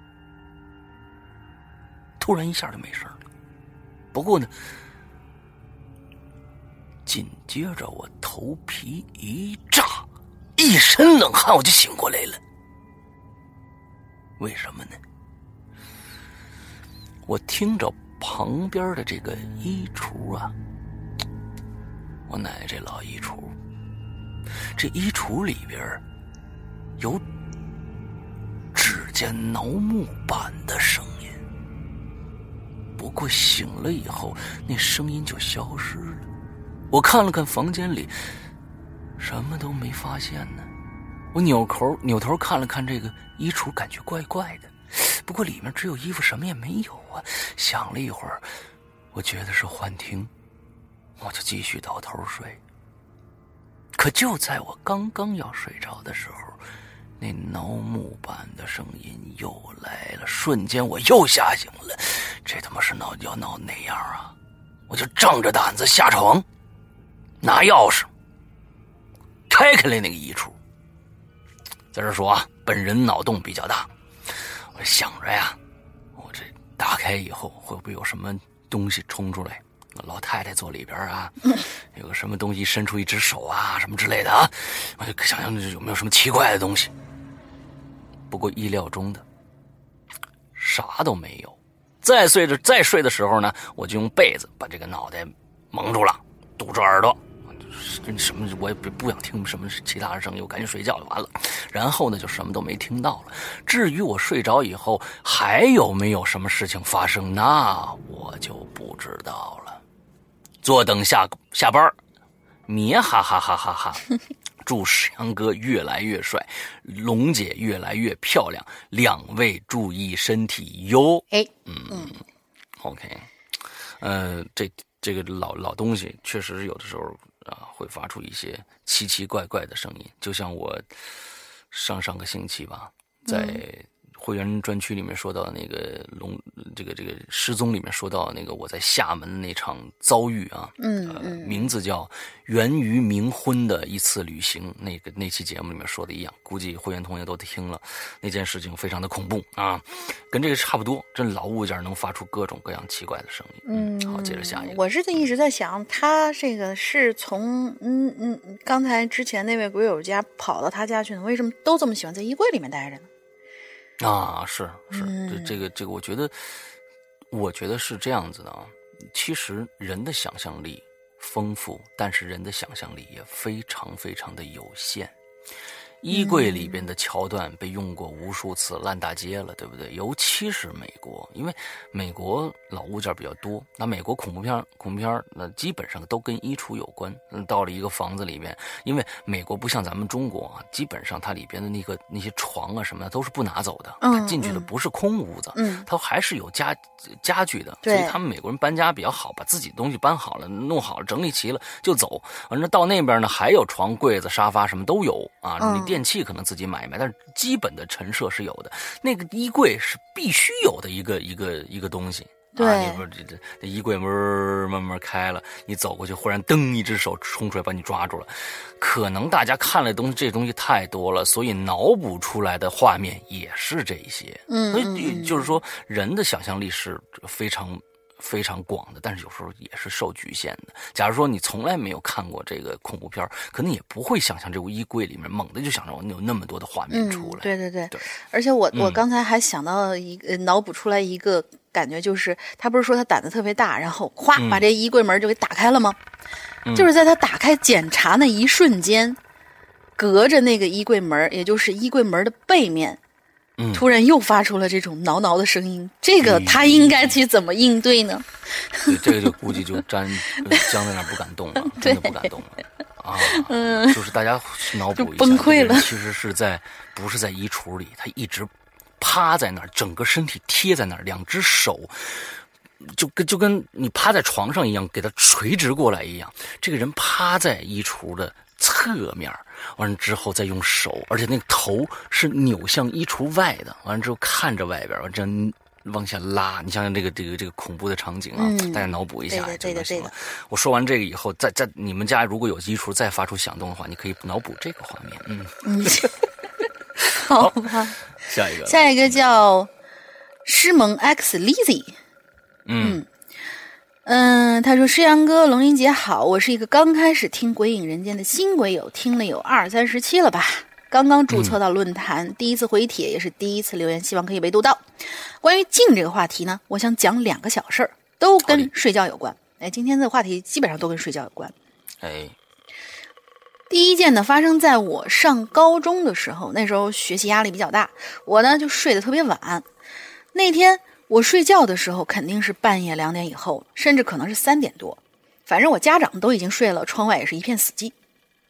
突然一下就没声了。不过呢，紧接着我头皮一炸，一身冷汗，我就醒过来了。为什么呢？我听着旁边的这个衣橱啊，我奶奶这老衣橱，这衣橱里边有指甲挠木板的声音。不过醒了以后，那声音就消失了。我看了看房间里，什么都没发现呢。 我扭头扭头看了看这个衣橱，感觉怪怪的，不过里面只有衣服，什么也没有啊。想了一会儿，我觉得是幻听，我就继续倒头睡。可就在我刚刚要睡着的时候，那挠木板的声音又来了，瞬间我又吓醒了。这他妈是闹要闹哪样啊？我就仗着胆子下床，拿钥匙开开了那个衣橱。在这说啊，本人脑洞比较大，我想着呀，我这打开以后会不会有什么东西冲出来？老太太坐里边啊，有个什么东西伸出一只手啊，什么之类的啊，我就想想有没有什么奇怪的东西。不过意料中的，啥都没有。再睡着再睡的时候呢，我就用被子把这个脑袋蒙住了，堵住耳朵。什么我也不想听什么其他的声音，我赶紧睡觉就完了。然后呢，就什么都没听到了。至于我睡着以后还有没有什么事情发生，那我就不知道了。坐等下下班，咩哈哈哈哈哈！祝石阳哥越来越帅，龙姐越来越漂亮，两位注意身体哟。 哎， 嗯嗯 ，OK， 呃，这这个老老东西确实有的时候啊会发出一些奇奇怪怪的声音，就像我上上个星期吧，在会员专区里面说到那个龙这个这个失踪里面说到那个我在厦门的那场遭遇啊， 嗯呃，名字叫源于冥婚的一次旅行，那个那期节目里面说的一样，估计会员同学都听了，那件事情非常的恐怖啊，跟这个差不多，这老物件能发出各种各样奇怪的声音。嗯，好，接着下一个。 我是一直在想，他这个是从嗯嗯刚才之前那位鬼友家跑到他家去呢，为什么都这么喜欢在衣柜里面待着呢？ 啊，是是， 嗯、 这这个这个，我觉得，我觉得是这样子的啊。其实人的想象力丰富，但是人的想象力也非常非常的有限。衣柜里边的桥段被用过无数次，烂大街了，对不对？尤其是美国，因为美国老物件比较多，那美国恐怖片恐怖片那基本上都跟衣橱有关。嗯，到了一个房子里面，因为美国不像咱们中国啊，基本上它里边的那个那些床啊什么的都是不拿走的， 嗯、 它进去的不是空屋子， 嗯， 它还是有家家具的， 所以他们美国人搬家比较好，把自己的东西搬好了，弄好了，整理齐了就走。完了到那边呢，还有床、柜子、沙发什么都有啊， 嗯、 你电器可能自己买一买，但是基本的陈设是有的。那个衣柜是必须有的一个一个一个东西。 对， 啊、你不这这这衣柜门慢慢开了，你走过去，忽然噔一只手冲出来把你抓住了。可能大家看了东西，这东西太多了，所以脑补出来的画面也是这些。 嗯， 所以就是说，人的想象力是非常非常广的，但是有时候也是受局限的。假如说你从来没有看过这个恐怖片，可能也不会想象这个衣柜里面猛的就想着有那么多的画面出来。 嗯、对对对， 对。 而且我、 嗯、 我刚才还想到一个脑补出来一个感觉，就是他不是说他胆子特别大，然后哗把这衣柜门就给打开了吗？ 嗯、 就是在他打开检查那一瞬间，隔着那个衣柜门，也就是衣柜门的背面。 嗯、 突然又发出了这种挠挠的声音，这个他应该去怎么应对呢？ 对，这个就估计就粘僵在那儿不敢动了，真的不敢动了啊！嗯，就是大家脑补一下， 崩溃了。 其实是在不是在衣橱里，他一直趴在那儿，整个身体贴在那儿，两只手就跟就跟你趴在床上一样，给他垂直过来一样。这个人趴在衣橱的侧面，完了之后再用手，而且那个头是扭向衣橱外的，完了之后看着外边，完这往下拉。你想想这个这个这个恐怖的场景啊， 嗯、 大家脑补一下， 对的对的。 我说完这个以后，在在你们家如果有衣橱再发出响动的话，你可以脑补这个画面。嗯嗯，好吧。 下一个， 下一个叫诗萌 X Lizzy。 嗯。 嗯，他说：“诗阳哥，龙鳞姐好，我是一个刚开始听《鬼影人间》的新鬼友，听了有二三十期了吧。刚刚注册到论坛，嗯、第一次回帖，也是第一次留言，希望可以被读到。关于静这个话题呢，我想讲两个小事儿，都跟睡觉有关。哎，今天的话题基本上都跟睡觉有关。 哎， 第一件呢，发生在我上高中的时候，那时候学习压力比较大，我呢就睡得特别晚。那天。”我睡觉的时候肯定是半夜两点以后，甚至可能是三点多，反正我家长都已经睡了，窗外也是一片死寂。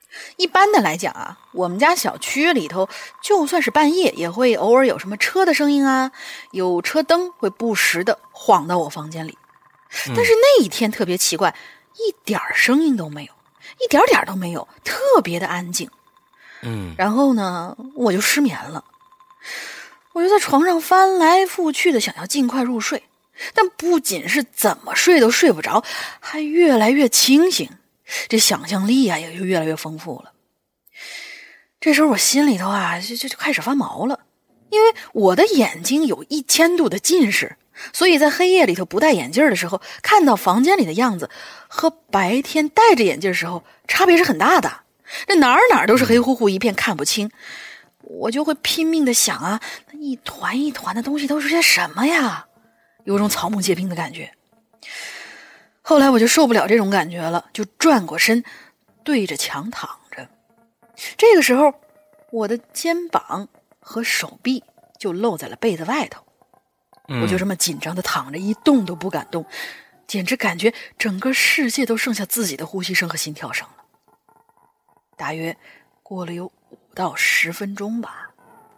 一般的来讲啊，我们家小区里头，就算是半夜，也会偶尔有什么车的声音啊，有车灯会不时的晃到我房间里。但是那一天特别奇怪，一点声音都没有，一点点都没有，特别的安静。 嗯， 然后呢，我就失眠了，我就在床上翻来覆去的想要尽快入睡，但不仅是怎么睡都睡不着，还越来越清醒。这想象力啊也就越来越丰富了。这时候我心里头啊就就就开始发毛了，因为我的眼睛有一千度的近视，所以在黑夜里头不戴眼镜的时候，看到房间里的样子和白天戴着眼镜的时候差别是很大的。这哪儿哪儿都是黑乎乎一片，看不清。我就会拼命的想啊，那一团一团的东西都是些什么呀？有种草木皆兵的感觉。后来我就受不了这种感觉了，就转过身对着墙躺着。这个时候我的肩膀和手臂就露在了被子外头，我就这么紧张的躺着，一动都不敢动，简直感觉整个世界都剩下自己的呼吸声和心跳声了。大约过了有五到十分钟吧，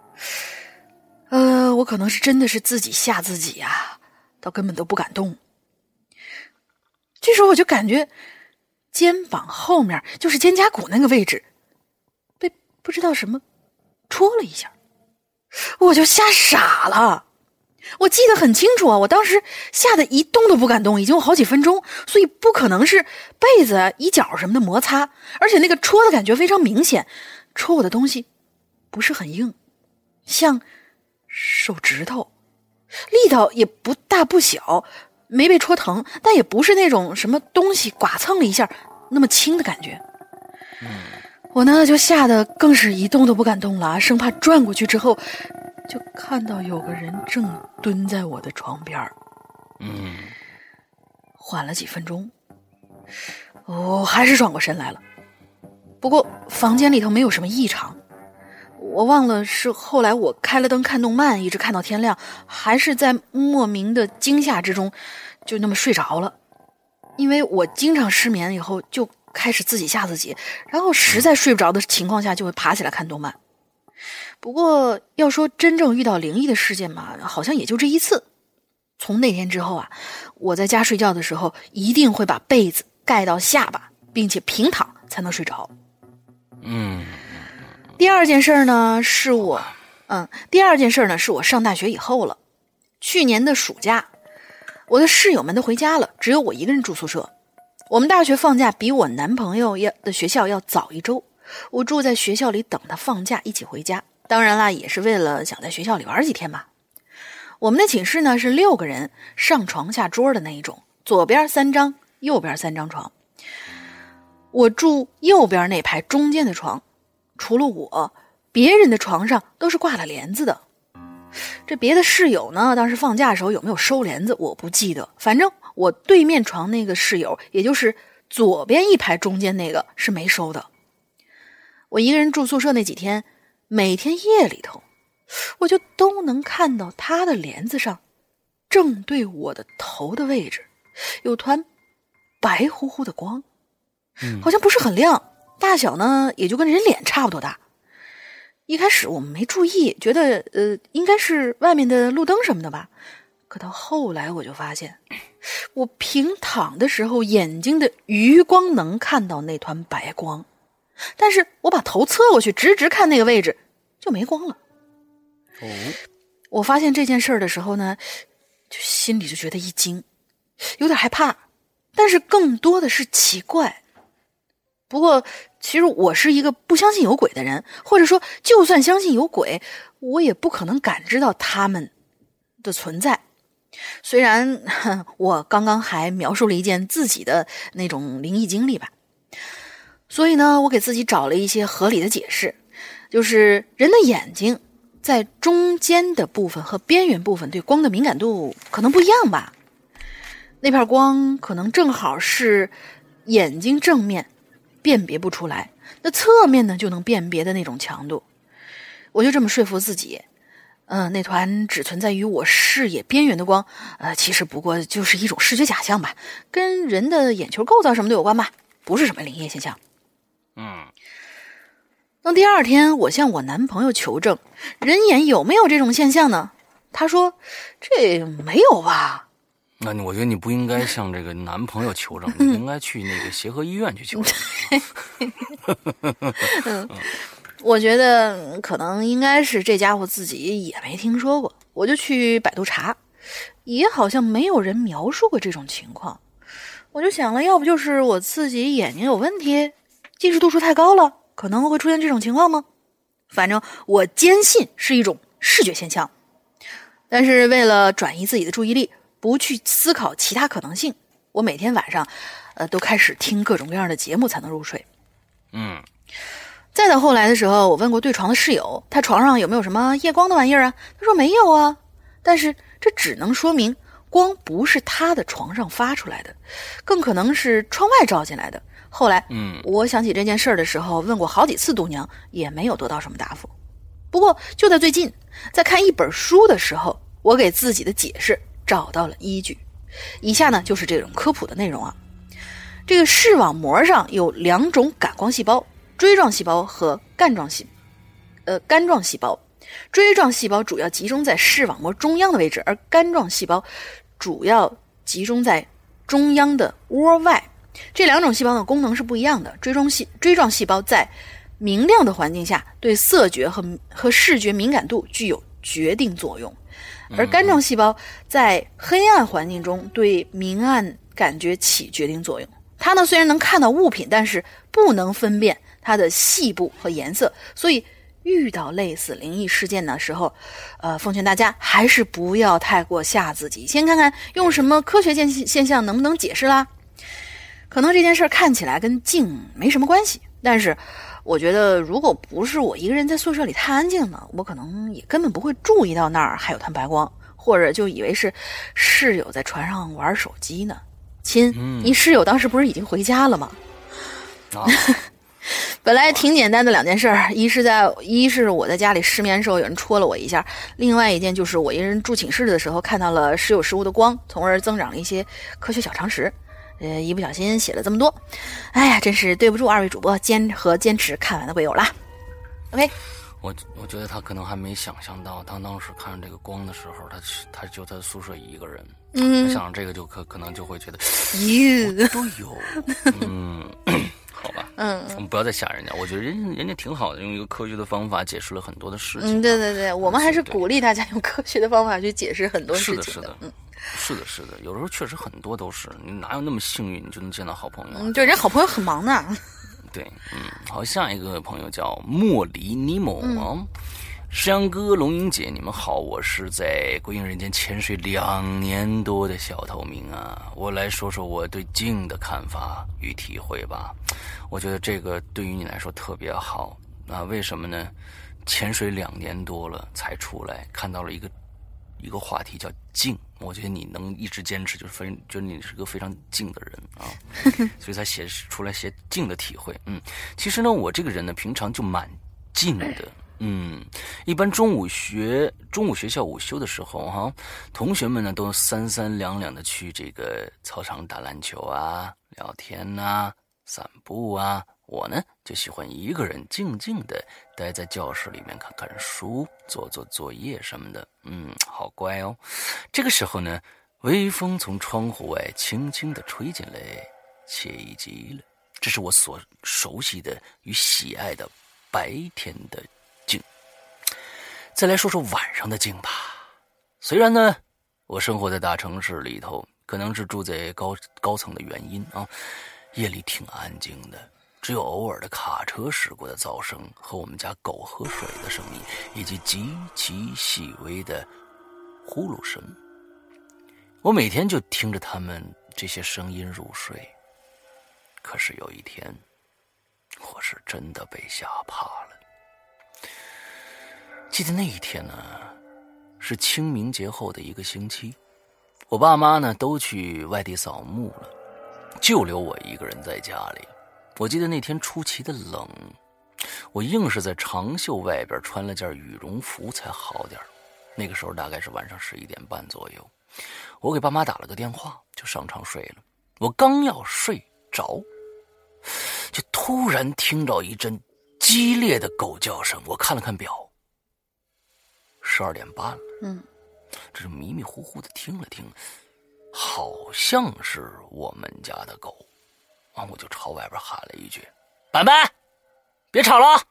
呃，我可能是真的是自己吓自己呀，到根本都不敢动。这时候我就感觉肩膀后面，就是肩胛骨那个位置，被不知道什么戳了一下，我就吓傻了。我记得很清楚啊，我当时吓得一动都不敢动，已经有好几分钟，所以不可能是被子啊、衣角什么的摩擦，而且那个戳的感觉非常明显，戳我的东西不是很硬，像手指头，力道也不大不小，没被戳疼，但也不是那种什么东西剐蹭了一下那么轻的感觉。 嗯， 我呢就吓得更是一动都不敢动了，生怕转过去之后就看到有个人正蹲在我的床边。 嗯， 缓了几分钟，我还是转过身来了。不过房间里头没有什么异常，我忘了是后来我开了灯看动漫，一直看到天亮，还是在莫名的惊吓之中就那么睡着了。因为我经常失眠以后就开始自己吓自己，然后实在睡不着的情况下就会爬起来看动漫。不过要说真正遇到灵异的事件嘛，好像也就这一次。从那天之后啊，我在家睡觉的时候一定会把被子盖到下巴，并且平躺才能睡着。 嗯， 第二件事呢，是我，嗯，第二件事呢，是我上大学以后了。去年的暑假，我的室友们都回家了，只有我一个人住宿舍。我们大学放假比我男朋友要的学校要早一周，我住在学校里等他放假一起回家。当然啦，也是为了想在学校里玩几天嘛。我们的寝室呢是六个人，上床下桌的那一种，左边三张，右边三张床。我住右边那排中间的床，除了我，别人的床上都是挂了帘子的。这别的室友呢，当时放假的时候有没有收帘子我不记得，反正我对面床那个室友，也就是左边一排中间那个是没收的。我一个人住宿舍那几天，每天夜里头我就都能看到他的帘子上正对我的头的位置有团白乎乎的光，好像不是很亮，大小呢也就跟人脸差不多大。一开始我们没注意，觉得呃应该是外面的路灯什么的吧，可到后来我就发现，我平躺的时候眼睛的余光能看到那团白光，但是我把头侧过去直直看那个位置就没光了。 哦， 我发现这件事的时候呢，就心里就觉得一惊，有点害怕，但是更多的是奇怪。不过其实我是一个不相信有鬼的人，或者说就算相信有鬼，我也不可能感知到他们的存在。虽然我刚刚还描述了一件自己的那种灵异经历吧，所以呢，我给自己找了一些合理的解释，就是人的眼睛在中间的部分和边缘部分对光的敏感度可能不一样吧。那片光可能正好是眼睛正面辨别不出来，那侧面呢就能辨别的那种强度。我就这么说服自己，嗯、呃，那团只存在于我视野边缘的光，呃，其实不过就是一种视觉假象吧，跟人的眼球构造什么的有关吧，不是什么灵异现象。 嗯， 当第二天我向我男朋友求证人眼有没有这种现象呢，他说这没有吧。 那你我觉得你不应该向这个男朋友求证，你应该去那个协和医院去求证。 嗯，我觉得可能应该是这家伙自己也没听说过，我就去百度查，也好像没有人描述过这种情况。我就想了，要不就是我自己眼睛有问题，近视度数太高了，可能会出现这种情况吗？反正我坚信是一种视觉现象。但是为了转移自己的注意力，不去思考其他可能性，我每天晚上呃都开始听各种各样的节目才能入睡。 嗯， 再到后来的时候，我问过对床的室友，他床上有没有什么夜光的玩意儿啊？他说没有啊。但是这只能说明光不是他的床上发出来的，更可能是窗外照进来的。后来， 嗯， 我想起这件事儿的时候，问过好几次度娘，也没有得到什么答复。不过就在最近，在看一本书的时候，我给自己的解释找到了依据。以下呢就是这种科普的内容啊。这个视网膜上有两种感光细胞，锥状细胞和干状细呃杆状细胞。锥状细胞主要集中在视网膜中央的位置，而杆状细胞主要集中在中央的窝外。这两种细胞的功能是不一样的。锥状细锥状细胞在明亮的环境下对色觉和和视觉敏感度具有决定作用，而杆状细胞在黑暗环境中对明暗感觉起决定作用。它呢虽然能看到物品，但是不能分辨它的细部和颜色，所以遇到类似灵异事件的时候，呃，奉劝大家还是不要太过吓自己，先看看用什么科学现现象能不能解释啦。可能这件事看起来跟镜没什么关系，但是我觉得如果不是我一个人在宿舍里太安静呢，我可能也根本不会注意到那儿还有滩白光，或者就以为是室友在船上玩手机呢。亲， 嗯、 你室友当时不是已经回家了吗？ 啊本来挺简单的两件事儿，一是在一是我在家里失眠的时候有人戳了我一下，另外一件就是我一个人住寝室的时候看到了时有时无的光，从而增长了一些科学小常识。呃，一不小心写了这么多，哎呀，真是对不住二位主播坚和坚持看完的鬼友啦。OK， 我我觉得他可能还没想象到，他当时看这个光的时候，他他就在宿舍一个人。 嗯， 我想这个就可可能就会觉得， 哟， 都有，嗯，好吧， 嗯， 我们不要再吓人家。我觉得人人家挺好的，用一个科学的方法解释了很多的事情。 嗯，对对对，我们还是鼓励大家用科学的方法去解释很多事情的。 是的，是的， 嗯。 是的，是的，有时候确实很多都是，你哪有那么幸运，你就能见到好朋友、啊？ 嗯，对，人好朋友很忙呢。 对，嗯，好，下一个朋友叫莫离尼莫啊， 嗯、 山哥、龙英姐，你们好，我是在归隐人间潜水两年多的小透明啊，我来说说我对镜的看法与体会吧。我觉得这个对于你来说特别好啊，为什么呢？潜水两年多了才出来，看到了一个。一个话题叫静，我觉得你能一直坚持，就是非觉得你是个非常静的人啊，所以才写出来写静的体会。嗯，其实呢，我这个人呢，平常就蛮静的。嗯，一般中午学中午学校午休的时候哈，同学们呢都三三两两的去这个操场打篮球啊、聊天啊、散步啊。我呢就喜欢一个人静静的待在教室里面看看书，做做作业什么的。嗯，好乖哦。这个时候呢，微风从窗户外轻轻的吹进来，惬意极了。这是我所熟悉的与喜爱的白天的静。再来说说晚上的静吧。虽然呢，我生活在大城市里头，可能是住在高高层的原因啊，夜里挺安静的。只有偶尔的卡车驶过的噪声和我们家狗喝水的声音，以及极其细微的呼噜声。我每天就听着他们这些声音入睡。可是有一天，我是真的被吓怕了。记得那一天呢，是清明节后的一个星期，我爸妈呢都去外地扫墓了，就留我一个人在家里。我记得那天出奇的冷，我硬是在长袖外边穿了件羽绒服才好点。那个时候大概是晚上十一点半左右，我给爸妈打了个电话，就上床睡了。我刚要睡着，就突然听到一阵激烈的狗叫声。我看了看表，十二点半了。 嗯， 这是迷迷糊糊的听了听，好像是我们家的狗啊，我就朝外边喊了一句：“板板，别吵了。”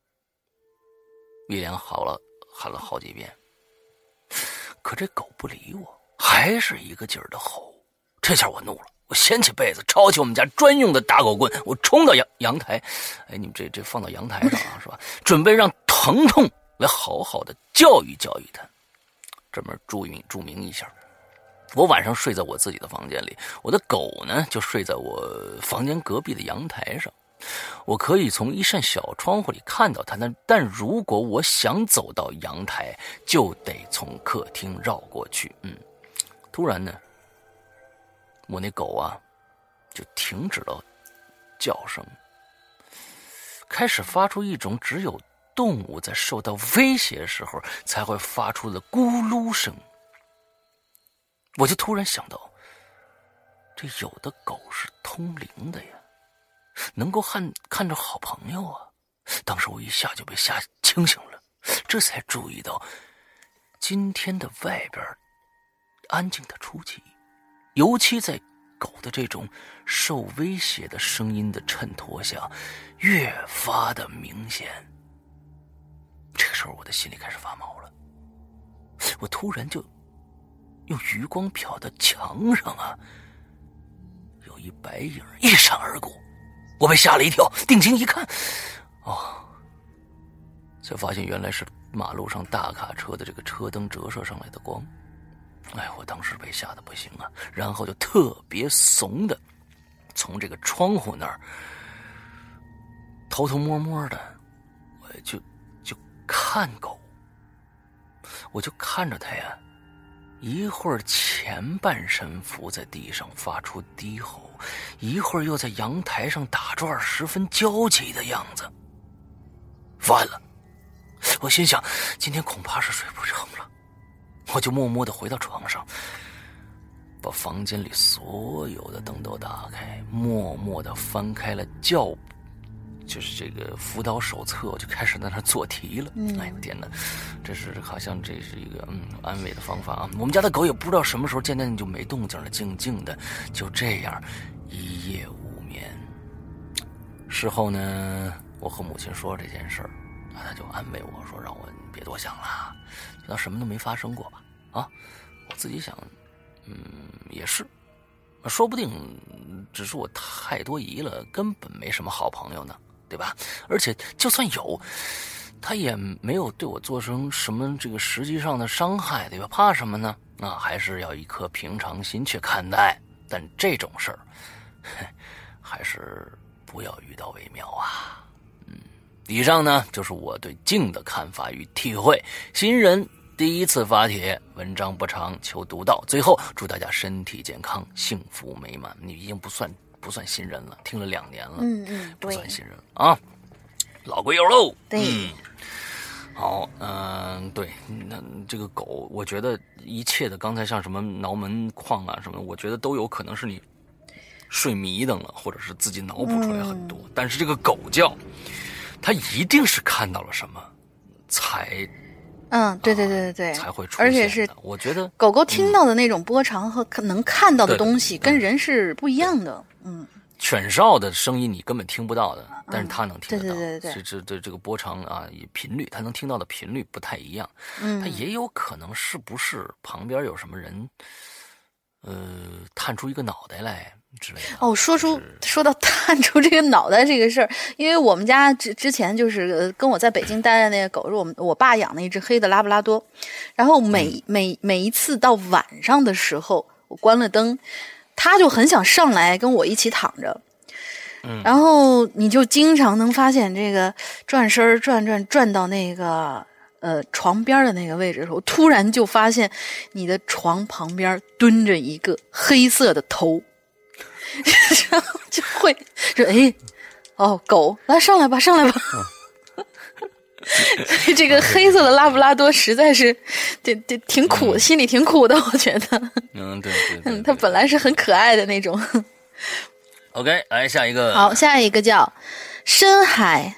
一连好了喊了好几遍，可这狗不理我，还是一个劲儿的吼。这下我怒了，我掀起被子，抄起我们家专用的大狗棍，我冲到阳阳台。哎，你们这这放到阳台上啊，是吧？准备让疼痛来好好的教育教育他。这么注明注明一下，我晚上睡在我自己的房间里，我的狗呢就睡在我房间隔壁的阳台上。我可以从一扇小窗户里看到它，但但如果我想走到阳台，就得从客厅绕过去。嗯，突然呢，我那狗啊就停止了叫声，开始发出一种只有动物在受到威胁时候才会发出的咕噜声。我就突然想到，这有的狗是通灵的呀，能够看看着好朋友啊。当时我一下就被吓清醒了，这才注意到今天的外边安静的出奇，尤其在狗的这种受威胁的声音的衬托下，越发的明显。这个时候我的心里开始发毛了，我突然就用余光瞟到墙上啊，有一白影一闪而过，我被吓了一跳，定睛一看，哦，才发现原来是马路上大卡车的这个车灯折射上来的光。哎，我当时被吓得不行啊，然后就特别怂的从这个窗户那儿偷偷摸摸的，我就就看狗，我就看着它呀，一会儿前半身伏在地上发出低吼，一会儿又在阳台上打转，十分焦急的样子。完了，我心想今天恐怕是睡不成了，我就默默地回到床上，把房间里所有的灯都打开，默默地翻开了教就是这个辅导手册，我就开始在那做题了。嗯，哎呦天哪，这是好像这是一个嗯安慰的方法啊。我们家的狗也不知道什么时候渐渐就没动静了，静静的就这样一夜无眠。事后呢，我和母亲说这件事儿，她就安慰我说让我别多想了，就当什么都没发生过吧。啊，我自己想，嗯，也是。说不定只是我太多疑了，根本没什么好朋友呢，对吧？而且就算有，他也没有对我做成什么这个实际上的伤害，对吧？怕什么呢？那还是要一颗平常心去看待。但这种事儿，还是不要遇到为妙啊。嗯，以上呢就是我对静的看法与体会。新人第一次发帖，文章不长，求读到。最后，祝大家身体健康，幸福美满。你已经不算不算新人了，听了两年了， 嗯嗯， 不算新人了啊，老鬼友喽。 对， 嗯，好，嗯、呃，对，那这个狗，我觉得一切的刚才像什么挠门框啊什么，我觉得都有可能是你睡迷瞪了，或者是自己脑补出来很多。嗯、但是这个狗叫，它一定是看到了什么，才。 嗯，对对对对对， 才会出现， 而且是我觉得狗狗听到的那种波长和能看到的东西跟人是不一样的。嗯， 犬哨的声音你根本听不到的，但是它能听得到。 对对对对， 这这这个波长啊，频率，它能听到的频率不太一样。 嗯， 它也有可能是不是旁边有什么人，呃，探出一个脑袋来。之类的哦，说出说到探出这个脑袋这个事儿，因为我们家之之前就是跟我在北京待的那个狗是我们我爸养的一只黑的拉布拉多，然后每、嗯、每每一次到晚上的时候，我关了灯，它就很想上来跟我一起躺着， 嗯， 然后你就经常能发现这个转身转转转到那个呃床边的那个位置的时候，突然就发现你的床旁边蹲着一个黑色的头。然后就会说哎，哦，狗来上来吧上来吧、嗯、所以这个黑色的拉布拉多实在是挺挺挺苦、嗯、心里挺苦的，我觉得。 嗯，对对 对, 对， 嗯，它本来是很可爱的那种。OK， 来下一个。 好，下一个叫深海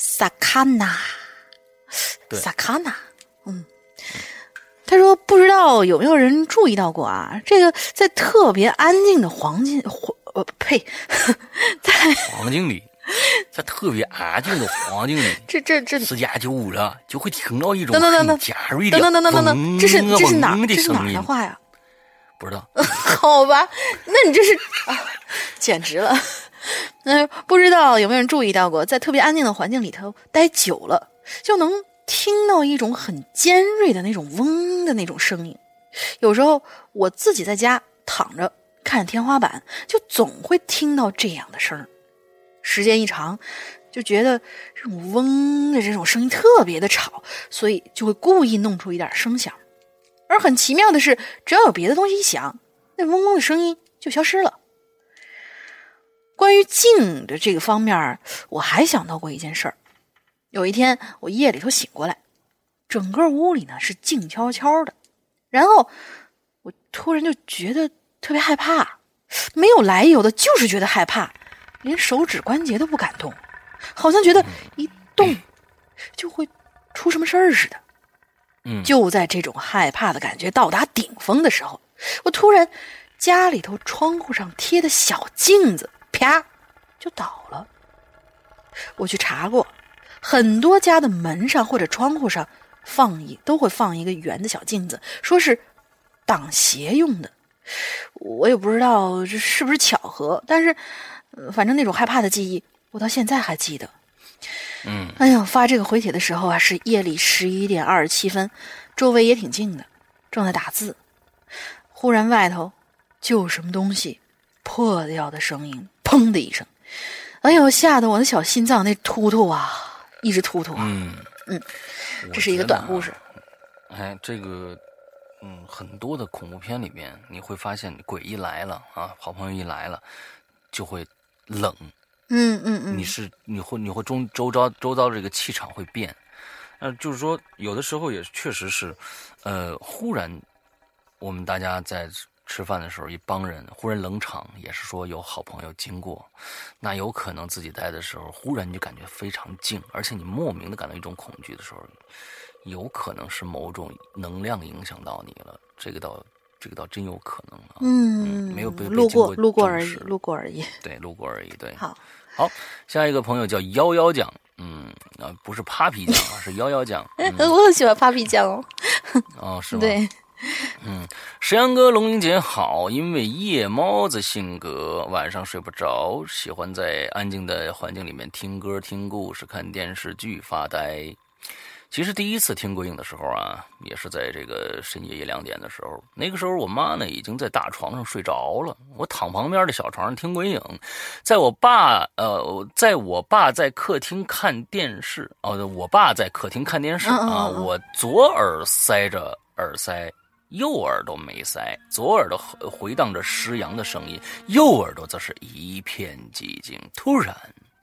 sakana， 对 sakana， 嗯。他说：“不知道有没有人注意到过啊？这个在特别安静的黄金，呃，呸，在黄金里，在特别安静的黄金里， 这这这时间久了就会听到一种等等等等很尖锐的等等等等等等，这是这是哪这是哪嗡的声音的话呀？ 不知道， 好吧，那你这是啊，简直了。嗯、呃，不知道有没有人注意到过，在特别安静的环境里头待久了，就能听到一种很尖锐的那种嗡的那种声音。有时候我自己在家躺着看着天花板，就总会听到这样的声儿。时间一长，就觉得这种嗡的这种声音特别的吵，所以就会故意弄出一点声响。而很奇妙的是，只要有别的东西一响，那嗡嗡的声音就消失了。关于静的这个方面，我还想到过一件事儿。有一天我夜里头醒过来，整个屋里呢是静悄悄的，然后我突然就觉得特别害怕，没有来由的，就是觉得害怕，连手指关节都不敢动，好像觉得一动就会出什么事儿似的。 嗯， 就在这种害怕的感觉到达顶峰的时候，我突然家里头窗户上贴的小镜子啪就倒了。我去查过，很多家的门上或者窗户上放一都会放一个圆的小镜子，说是挡邪用的。我也不知道这是不是巧合，但是、呃、反正那种害怕的记忆我到现在还记得。 嗯， 哎呀，发这个回帖的时候啊，是夜里十一点二十七分，周围也挺静的，正在打字。忽然外头就有什么东西破掉的声音，砰的一声，哎呦，吓得我的小心脏那突突啊，一直突突啊。 嗯嗯，这是一个短故事。 哎，这个，嗯，很多的恐怖片里面，你会发现鬼一来了啊，好朋友一来了，就会冷。 嗯嗯嗯， 你是你会你会中周遭周遭这个气场会变，呃，就是说有的时候也确实是，呃，忽然我们大家在吃饭的时候，一帮人忽然冷场，也是说有好朋友经过，那有可能自己待的时候，忽然就感觉非常静，而且你莫名的感到一种恐惧的时候，有可能是某种能量影响到你了，这个倒这个倒真有可能啊。 嗯， 嗯没有被路过路过而已， 已， 路过而已。 对，路过而已。对， 好， 好，下一个朋友叫幺幺酱，嗯啊，不是 Papi 酱啊，是幺幺酱。嗯、 我很喜欢 Papi 酱哦。 哦，是吗？ 对。 嗯，石阳哥、龙英姐好，因为夜猫子性格，晚上睡不着，喜欢在安静的环境里面听歌、听故事、看电视剧、发呆。其实第一次听鬼影的时候啊，也是在这个深夜一两点的时候。那个时候我妈呢已经在大床上睡着了，我躺旁边的小床上听鬼影。在我爸呃，在我爸在客厅看电视哦，我爸在客厅看电视啊，我左耳塞着耳塞，右耳朵没塞，左耳朵回荡着施阳的声音，右耳朵则是一片寂静。突然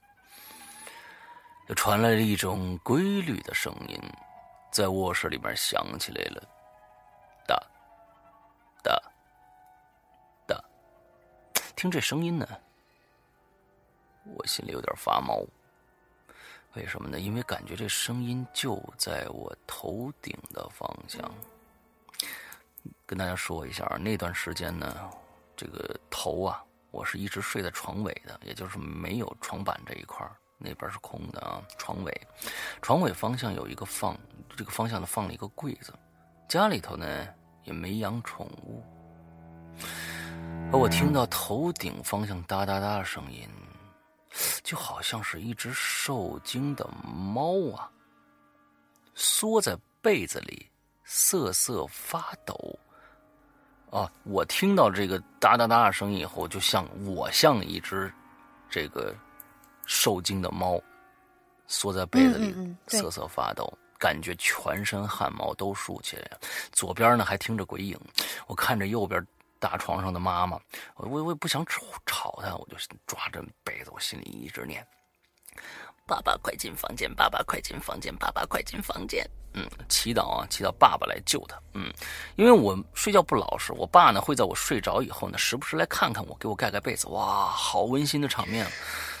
就传来了一种规律的声音，在卧室里面响起来了，哒哒哒。听这声音呢，我心里有点发毛。为什么呢？因为感觉这声音就在我头顶的方向。跟大家说一下，那段时间呢，这个头啊，我是一直睡在床尾的，也就是没有床板这一块，那边是空的啊。床尾，床尾方向有一个放，这个方向呢放了一个柜子。家里头呢也没养宠物，而我听到头顶方向哒哒哒的声音，就好像是一只受惊的猫啊，缩在被子里瑟瑟发抖。啊！我听到这个哒哒哒的声音以后，就像我像一只这个受惊的猫，缩在被子里嗯嗯嗯瑟瑟发抖，感觉全身汗毛都竖起来了。左边呢还听着鬼影，我看着右边大床上的妈妈，我我我也不想吵吵她，我就抓着被子，我心里一直念：爸爸快进房间，爸爸快进房间，爸爸快进房间。嗯，祈祷啊，祈祷爸爸来救他。嗯，因为我睡觉不老实，我爸呢会在我睡着以后呢，时不时来看看我，给我盖盖被子。哇，好温馨的场面。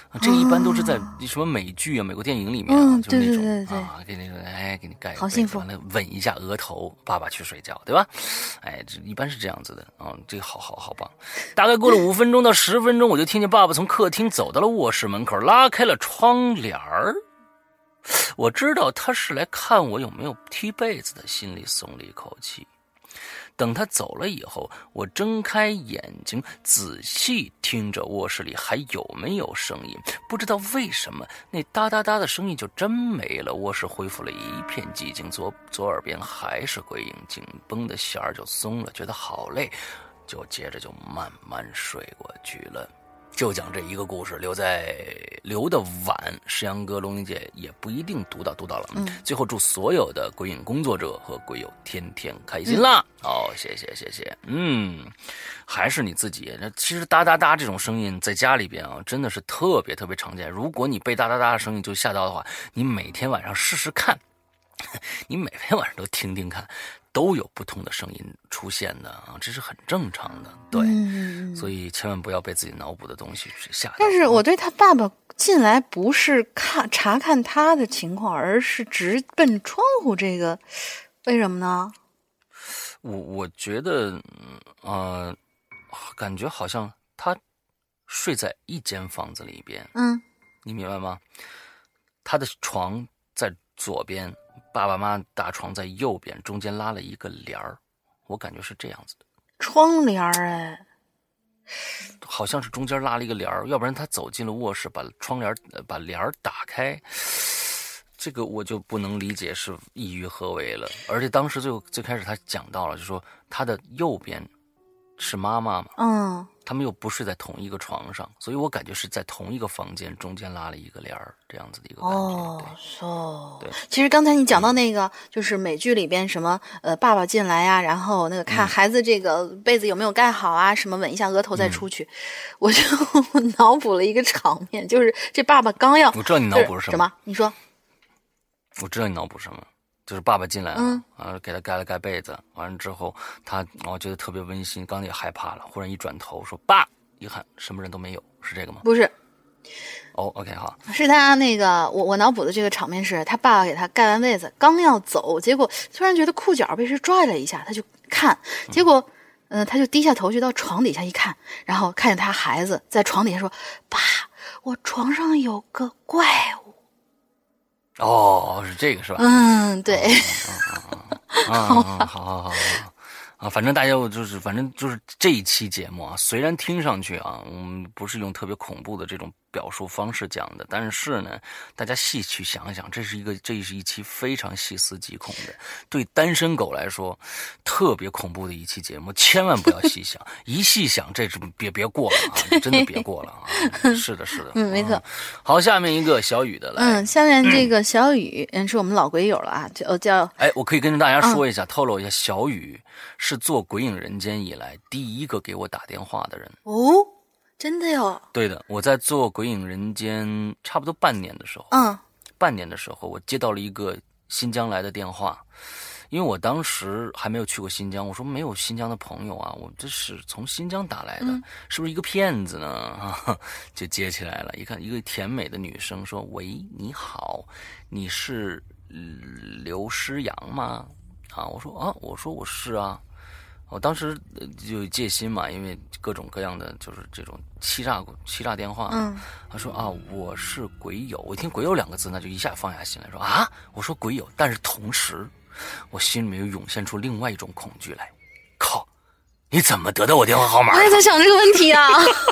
这个一般都是在什么美剧啊、美国电影里面啊， 嗯、 就是那种对对对对啊，给那个哎，给你盖好幸福， 完了吻一下额头，爸爸去睡觉，对吧？哎，这一般是这样子的啊、嗯，这个好好好棒。大概过了五分钟到十分钟，我就听见爸爸从客厅走到了卧室门口，拉开了窗帘儿。我知道他是来看我有没有踢被子的，心里松了一口气。等他走了以后，我睁开眼睛，仔细听着卧室里还有没有声音。不知道为什么，那哒哒哒的声音就真没了。卧室恢复了一片寂静，左左耳边还是鬼影，紧绷的弦儿就松了，觉得好累，就接着就慢慢睡过去了。就讲这一个故事，留在留的晚，石阳哥、龙玲姐也不一定读到读到了。嗯，最后祝所有的鬼影工作者和鬼友天天开心啦！嗯、哦，谢谢谢谢。嗯，还是你自己。那其实哒哒哒这种声音在家里边啊，真的是特别特别常见。如果你被哒哒哒的声音就吓到的话，你每天晚上试试看，你每天晚上都听听看。都有不同的声音出现的啊，这是很正常的，对， 嗯、 所以千万不要被自己脑补的东西吓到。 但是我对他爸爸进来不是看查看他的情况，而是直奔窗户，这个为什么呢？ 我我觉得，呃，感觉好像他睡在一间房子里边， 嗯， 你明白吗？他的床在左边。爸爸妈妈大床在右边，中间拉了一个帘儿，我感觉是这样子的。 窗帘儿哎， 好像是中间拉了一个帘儿，要不然他走进了卧室，把窗帘把帘儿打开，这个我就不能理解是意欲何为了。而且当时最最开始他讲到了，就说他的右边是妈妈嘛， 嗯， 他们又不是在同一个床上，所以我感觉是在同一个房间，中间拉了一个帘儿，这样子的一个感觉。 哦，哦， 对。 其实刚才你讲到那个，嗯、就是美剧里边什么呃，爸爸进来呀、啊，然后那个看孩子这个被子有没有盖好啊，嗯、什么吻一下额头再出去，嗯、我就脑补了一个场面，就是这爸爸刚要， 我知道你脑补是什么？ 什么？你说？ 我知道你脑补什么。就是爸爸进来了， 嗯， 啊，给他盖了盖被子，完了之后，他我觉得特别温馨，刚才也害怕了，忽然一转头说：“爸！”一看什么人都没有，是这个吗？ 不是。 哦 ，OK， 好， 是他那个我我脑补的这个场面是他爸爸给他盖完被子，刚要走，结果突然觉得裤脚被谁拽了一下，他就看，结果，嗯、呃，他就低下头去到床底下一看，然后看见他孩子在床底下说：“爸，我床上有个怪物。” 哦，是这个是吧？ 嗯，对。 啊，好好好好啊，反正大家就是，反正就是这一期节目啊，虽然听上去啊，我们不是用特别恐怖的这种表述方式讲的，但是呢，大家细去想想，这是一个，这是一期非常细思极恐的，对单身狗来说特别恐怖的一期节目，千万不要细想，一细想这是别别过了啊，真的别过了啊！是的，是的， 嗯，没错。 嗯、好，下面一个小雨的来， 嗯，下面这个小雨，嗯，是我们老鬼友了啊，叫叫， 哎，我可以跟大家说一下，嗯、透露一下，小雨是做《鬼影人间》以来第一个给我打电话的人哦。真的哟？ 对的，我在做《鬼影人间》差不多半年的时候， 嗯， 半年的时候，我接到了一个新疆来的电话，因为我当时还没有去过新疆，我说没有新疆的朋友啊，我这是从新疆打来的，嗯、是不是一个骗子呢？啊，就接起来了，一看一个甜美的女生说：“喂，你好，你是刘诗阳吗？”啊，我说啊，我说我是啊。我当时就有戒心嘛，因为各种各样的就是这种欺诈欺诈电话嘛。 嗯， 他说啊，我是鬼友。我一听鬼友两个字，那就一下放下心来，说啊，我说鬼友，但是同时，我心里面又涌现出另外一种恐惧来。靠，你怎么得到我电话号码？ 我也在想这个问题啊。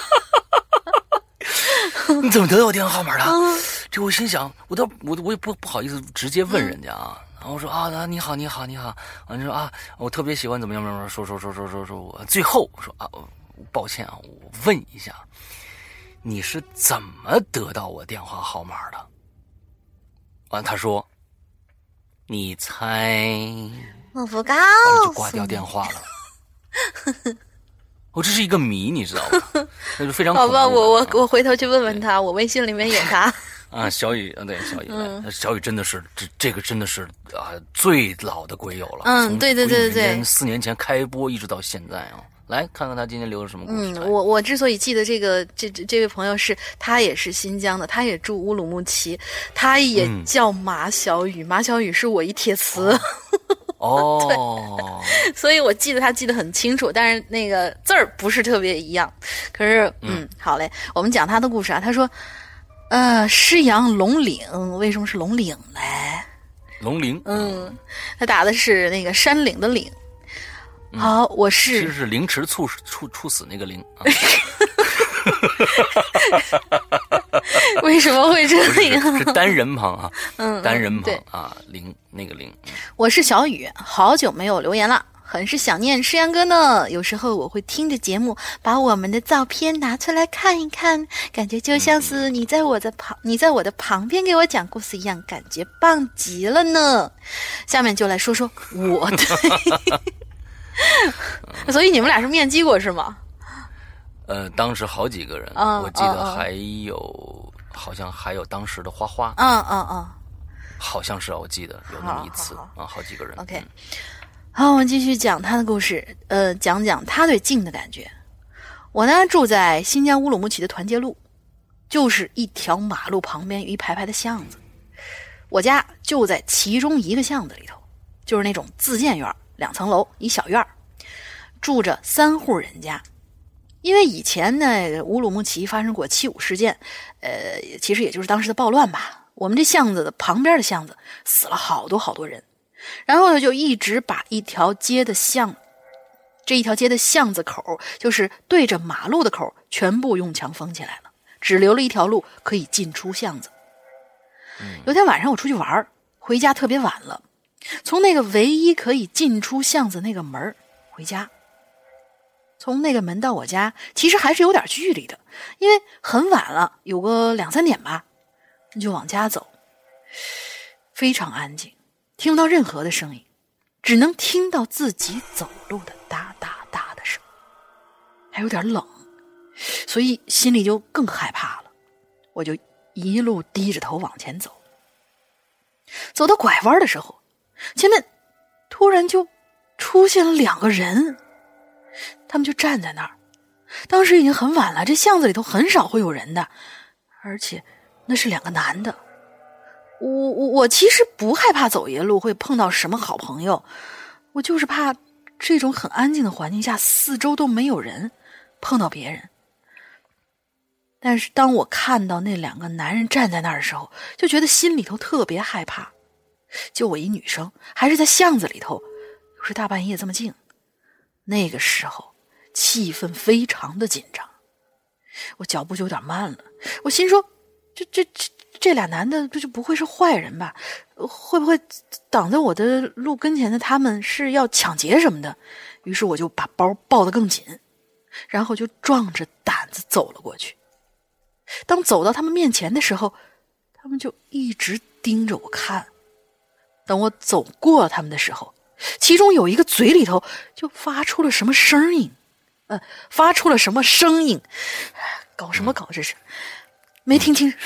你怎么得到我电话号码的？ 嗯、 这我心想，我都我我也不不好意思直接问人家啊。嗯，然后我说啊，你好，你好，你好。完了说啊，我特别喜欢怎么样怎么样，说说说说说说。我最后我说啊，抱歉啊，我问一下，你是怎么得到我电话号码的？完，他说，你猜？ 我不告诉你，就挂掉电话了。我、哦、这是一个谜，你知道吗？那就非常好吧，我我我回头去问问他，我微信里面有他。 啊，小雨，对，小雨， 嗯、 小雨真的是这这个真的是啊最老的鬼友了。 嗯，对对对对对， 四年前开播一直到现在啊来看看他今天留了什么故事。 嗯，我我之所以记得这个这这这位朋友是，他也是新疆的，他也住乌鲁木齐，他也叫马小雨，嗯、马小雨是我一铁磁。 哦，哦所以我记得他记得很清楚，但是那个字儿不是特别一样。可是，嗯，嗯好嘞，我们讲他的故事啊。他说，呃，师阳龙岭，为什么是龙岭呢？ 龙陵， 嗯，他打的是那个山岭的岭。好，我是是是凌迟处处处死那个凌啊。 为什么会这样？ 是, 是单人旁啊， 嗯， 单人旁啊，凌那个凌。 我是小雨，好久没有留言了，很是想念诗阳哥呢。有时候我会听着节目，把我们的照片拿出来看一看，感觉就像是你在我的旁，嗯、你在我的旁边给我讲故事一样，感觉棒极了呢。下面就来说说我的。所以你们俩是面基过是吗？ 呃，当时好几个人， 嗯、 我记得还有、嗯、好像还有当时的花花， 嗯嗯嗯， 好像是我记得有那么一次啊，好几个人。 OK，、嗯、好，我们继续讲他的故事，呃，讲讲他对静的感觉。我呢住在新疆乌鲁木齐的团结路，就是一条马路旁边有一排排的巷子，我家就在其中一个巷子里头，就是那种自建院。两层楼一小院，住着三户人家。因为以前呢乌鲁木齐发生过七五事件，呃，其实也就是当时的暴乱吧。我们这巷子的旁边的巷子死了好多好多人，然后呢就一直把一条街的巷这一条街的巷子口，就是对着马路的口，全部用墙封起来了，只留了一条路可以进出巷子。有天晚上我出去玩，回家特别晚了，从那个唯一可以进出巷子那个门回家，从那个门到我家其实还是有点距离的，因为很晚了，有个两三点吧，就往家走。非常安静，听不到任何的声音，只能听到自己走路的哒哒哒的声，还有点冷，所以心里就更害怕了。我就一路低着头往前走，走到拐弯的时候，前面突然就出现了两个人，他们就站在那儿。当时已经很晚了，这巷子里头很少会有人的，而且那是两个男的。我我我其实不害怕走夜路会碰到什么好朋友，我就是怕这种很安静的环境下，四周都没有人，碰到别人。但是当我看到那两个男人站在那儿的时候，就觉得心里头特别害怕。就我一女生，还是在巷子里头，又是大半夜这么静，那个时候气氛非常的紧张，我脚步就有点慢了。我心说，这这这这俩男的这就不会是坏人吧？会不会挡在我的路跟前的他们是要抢劫什么的？于是我就把包抱得更紧，然后就壮着胆子走了过去。当走到他们面前的时候，他们就一直盯着我看。等我走过他们的时候，其中有一个嘴里头就发出了什么声音，呃，发出了什么声音，搞什么搞这是？没听清，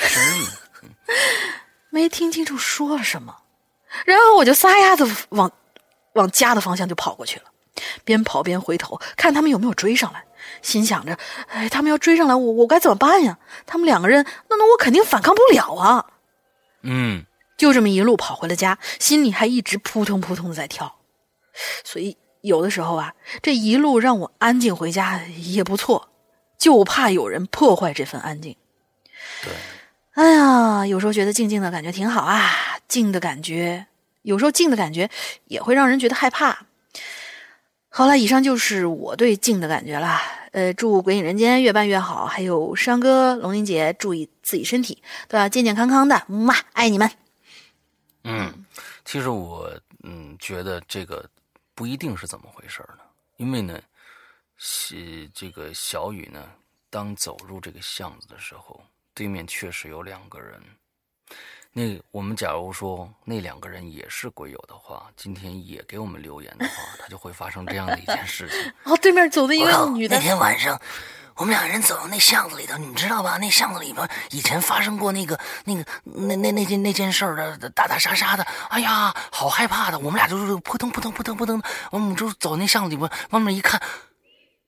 没听清楚说了什么。然后我就撒丫子往往家的方向就跑过去了，边跑边回头看他们有没有追上来，心想着，哎，他们要追上来，我我该怎么办呀？他们两个人，那那我肯定反抗不了啊。 嗯。 就这么一路跑回了家，心里还一直扑通扑通的在跳。所以有的时候啊，这一路让我安静回家也不错，就怕有人破坏这份安静。 对， 哎呀，有时候觉得静静的感觉挺好啊，静的感觉，有时候静的感觉也会让人觉得害怕。好了，以上就是我对静的感觉啦。呃，祝鬼影人间越办越好，还有山哥、龙玲姐，注意自己身体，都要健健康康的，嘛，爱你们。 嗯，其实我嗯觉得这个不一定是怎么回事呢，因为呢，是这个小雨呢，当走入这个巷子的时候，对面确实有两个人。那我们假如说那两个人也是鬼友的话，今天也给我们留言的话，他就会发生这样的一件事情。 哦，对面走的一个女的。 那天晚上我们两个人走到那巷子里头，你知道吧？那巷子里边以前发生过那个、那个、那那那件那件事儿的，打打杀杀的。哎呀，好害怕的！我们俩就是扑腾扑腾扑腾扑腾，我们就走那巷子里边，往那一看，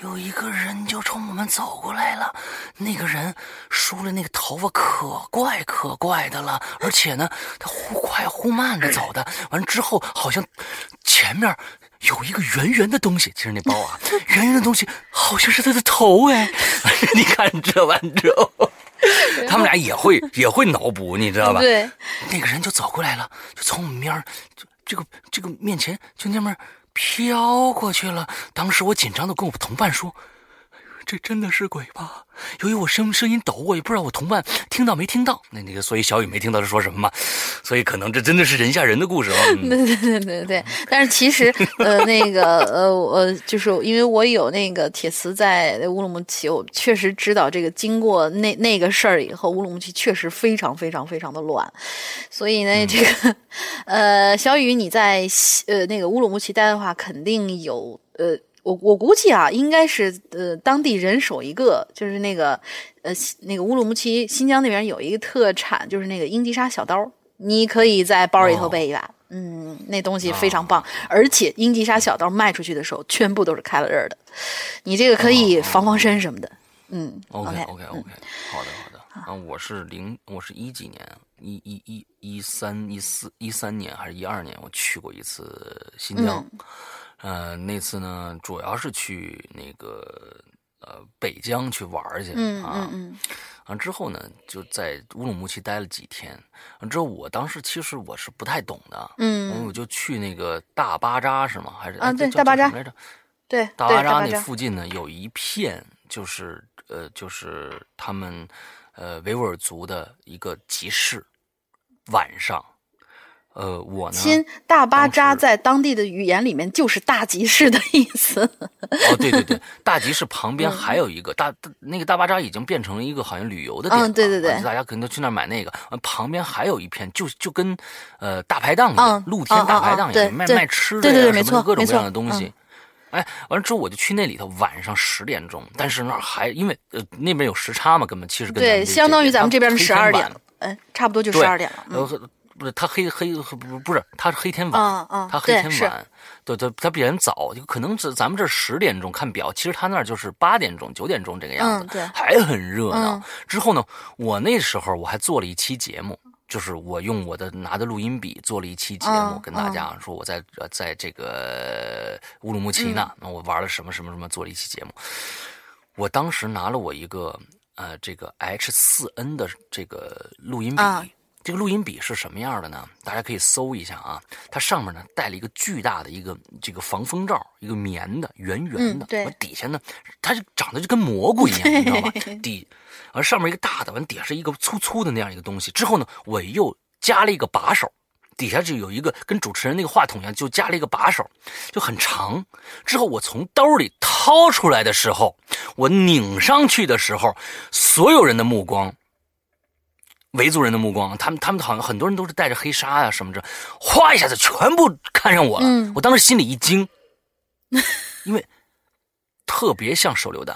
有一个人就冲我们走过来了，那个人梳了那个头发可怪可怪的了，而且呢，他忽快忽慢的走的，完之后好像前面有一个圆圆的东西，其实那包啊，圆圆的东西好像是他的头哎，你看这完之后。他们俩也会也会脑补，你知道吧？ 对， 那个人就走过来了，就从我们面儿，就这个这个面前就那么飘过去了。当时我紧张的跟我同伴说：“这真的是鬼吧？”由于我声声音抖，我也不知道我同伴听到没听到。那那个，所以小雨没听到他说什么嘛，所以可能这真的是人吓人的故事哦。嗯、 对对对对对，但是其实呃那个呃我就是因为我有那个铁磁在乌鲁木齐，我确实知道这个经过那那个事儿以后，乌鲁木齐确实非常非常非常的乱，所以呢，这个、嗯、呃小雨你在呃那个乌鲁木齐待的话，肯定有呃。我我估计啊，应该是呃当地人手一个，就是那个呃那个乌鲁木齐新疆那边有一个特产，就是那个英吉沙小刀，你可以在包里头备一把。哦、嗯，那东西非常棒，哦、而且英吉沙小刀卖出去的时候，全部都是开了刃的，你这个可以防防身什么的。哦、嗯 ，OK OK OK，、嗯、好的好的。啊，我是零，我是一几年，一一一一三一四一三年还是一二年，我去过一次新疆。嗯呃，那次呢，主要是去那个呃北疆去玩去嗯啊。 嗯嗯。 完之后呢，就在乌鲁木齐待了几天。完之后，我当时其实我是不太懂的， 嗯， 我就去那个大巴扎是吗？还是啊？对， 大巴扎来着？ 对， 大巴扎那附近呢，有一片就是呃，就是他们呃维吾尔族的一个集市，晚上。呃，我呢？ 亲，大巴扎在当地的语言里面就是大集市的意思。 哦，对对对，大集市旁边还有一个、嗯、大，那个大巴扎已经变成了一个好像旅游的地方。 嗯，对对对， 大家肯定都去那儿买那个。旁边还有一片，就就跟呃大排档一样， 嗯、 露天大排档一样， 嗯、 卖卖吃的呀， 对对对，没错， 什么各种各样的东西。 嗯、 哎，完了之后我就去那里头，晚上十点钟，但是那儿还因为呃那边有时差嘛，根本其实跟对，相当于咱们这边是十二点了，嗯，差不多就十二点了。 嗯不是他黑黑不不是他是黑天晚， 嗯嗯、 他黑天晚，对对，他比人早，可能是咱们这十点钟看表，其实他那儿就是八点钟九点钟这个样子， 嗯、对， 还很热闹。 嗯、 之后呢，我那时候我还做了一期节目，就是我用我的拿的录音笔做了一期节目， 嗯、 跟大家说我在呃在这个乌鲁木齐呢，那、嗯、我玩了什么什么什么，做了一期节目。我当时拿了我一个呃这个 H 四 N 的这个录音笔。 嗯这个录音笔是什么样的呢？大家可以搜一下啊，它上面呢带了一个巨大的一个这个防风罩，一个棉的圆圆的， 嗯、对， 完底下呢，它就长得就跟蘑菇一样，你知道吗？底，完上面一个大的，完底下是一个粗粗的那样一个东西。之后呢，我又加了一个把手，底下就有一个跟主持人那个话筒一样，就加了一个把手，就很长。之后我从兜里掏出来的时候，我拧上去的时候，所有人的目光。维族人的目光，他们他们好像很多人都是带着黑纱呀、啊、什么的，哗一下子全部看上我了。 嗯、 我当时心里一惊，因为特别像手榴弹，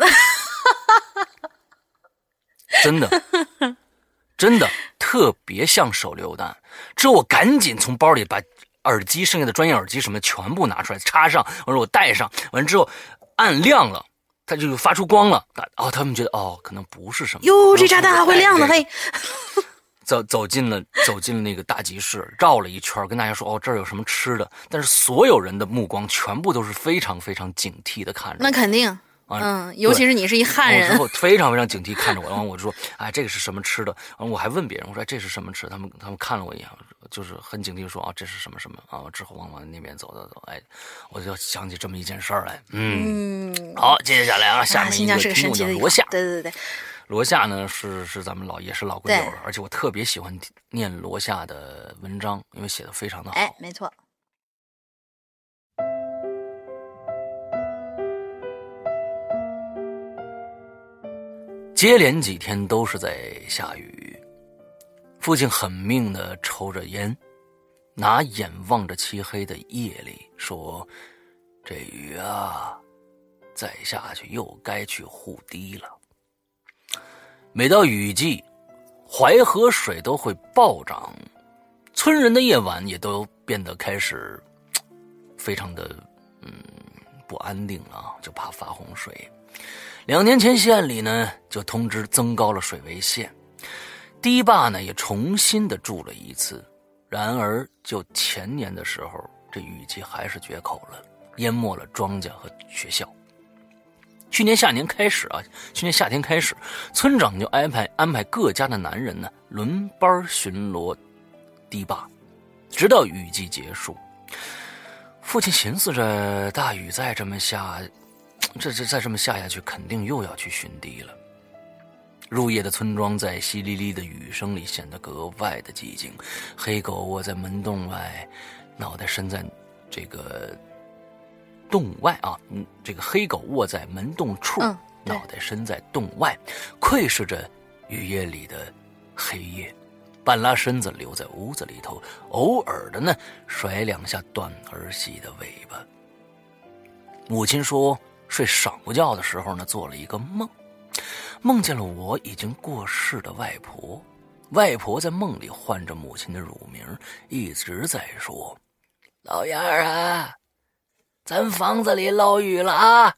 真的，真的特别像手榴弹。之后我赶紧从包里把耳机、剩下的专业耳机什么的全部拿出来插上，完了我戴上，完了之后按亮了。它就发出光了，哦，他们觉得哦，可能不是什么。 哟，这炸弹还会亮的嘿！ 走走进了走进了那个大集市，绕了一圈，跟大家说哦，这儿有什么吃的。但是所有人的目光全部都是非常非常警惕的看着。 那肯定， 啊、 嗯，尤其是你是一汉人， 之后非常非常警惕看着我。然后我就说，哎，这个是什么吃的？然后我还问别人，我说、哎、这是什么吃的？他们他们看了我一眼，就是很警惕地说啊，这是什么什么啊？之后往往那边走走走，哎，我就想起这么一件事儿来。嗯，嗯好，接下来啊，下面一个听众叫罗夏， 对对对。 罗夏呢是是咱们老也是老规友，而且我特别喜欢念罗夏的文章，因为写的非常的好。 哎，没错。 接连几天都是在下雨，父亲狠命的抽着烟，拿眼望着漆黑的夜里说：“这雨啊，再下去又该去护堤了。”每到雨季，淮河水都会暴涨，村人的夜晚也都变得开始非常的嗯不安定了，就怕发洪水。 两年前县里呢就通知增高了水位线，堤坝呢也重新的筑了一次。然而就前年的时候，这雨季还是决口了，淹没了庄稼和学校。去年夏年开始啊，去年夏天开始，村长就安排安排各家的男人呢轮班巡逻堤坝，直到雨季结束。父亲寻思着，大雨再这么下，这这再这么下下去，肯定又要去巡堤了。入夜的村庄在淅沥沥的雨声里显得格外的寂静。黑狗窝在门洞外，脑袋伸在这个洞外啊，嗯，这个黑狗卧在门洞处， 嗯、 脑袋伸在洞外，窥视着雨夜里的黑夜。半拉身子留在屋子里头，偶尔的呢甩两下短而细的尾巴。母亲说，睡晌午觉的时候呢，做了一个梦，梦见了我已经过世的外婆。外婆在梦里唤着母亲的乳名，一直在说：“老燕儿啊，咱房子里漏雨了啊！”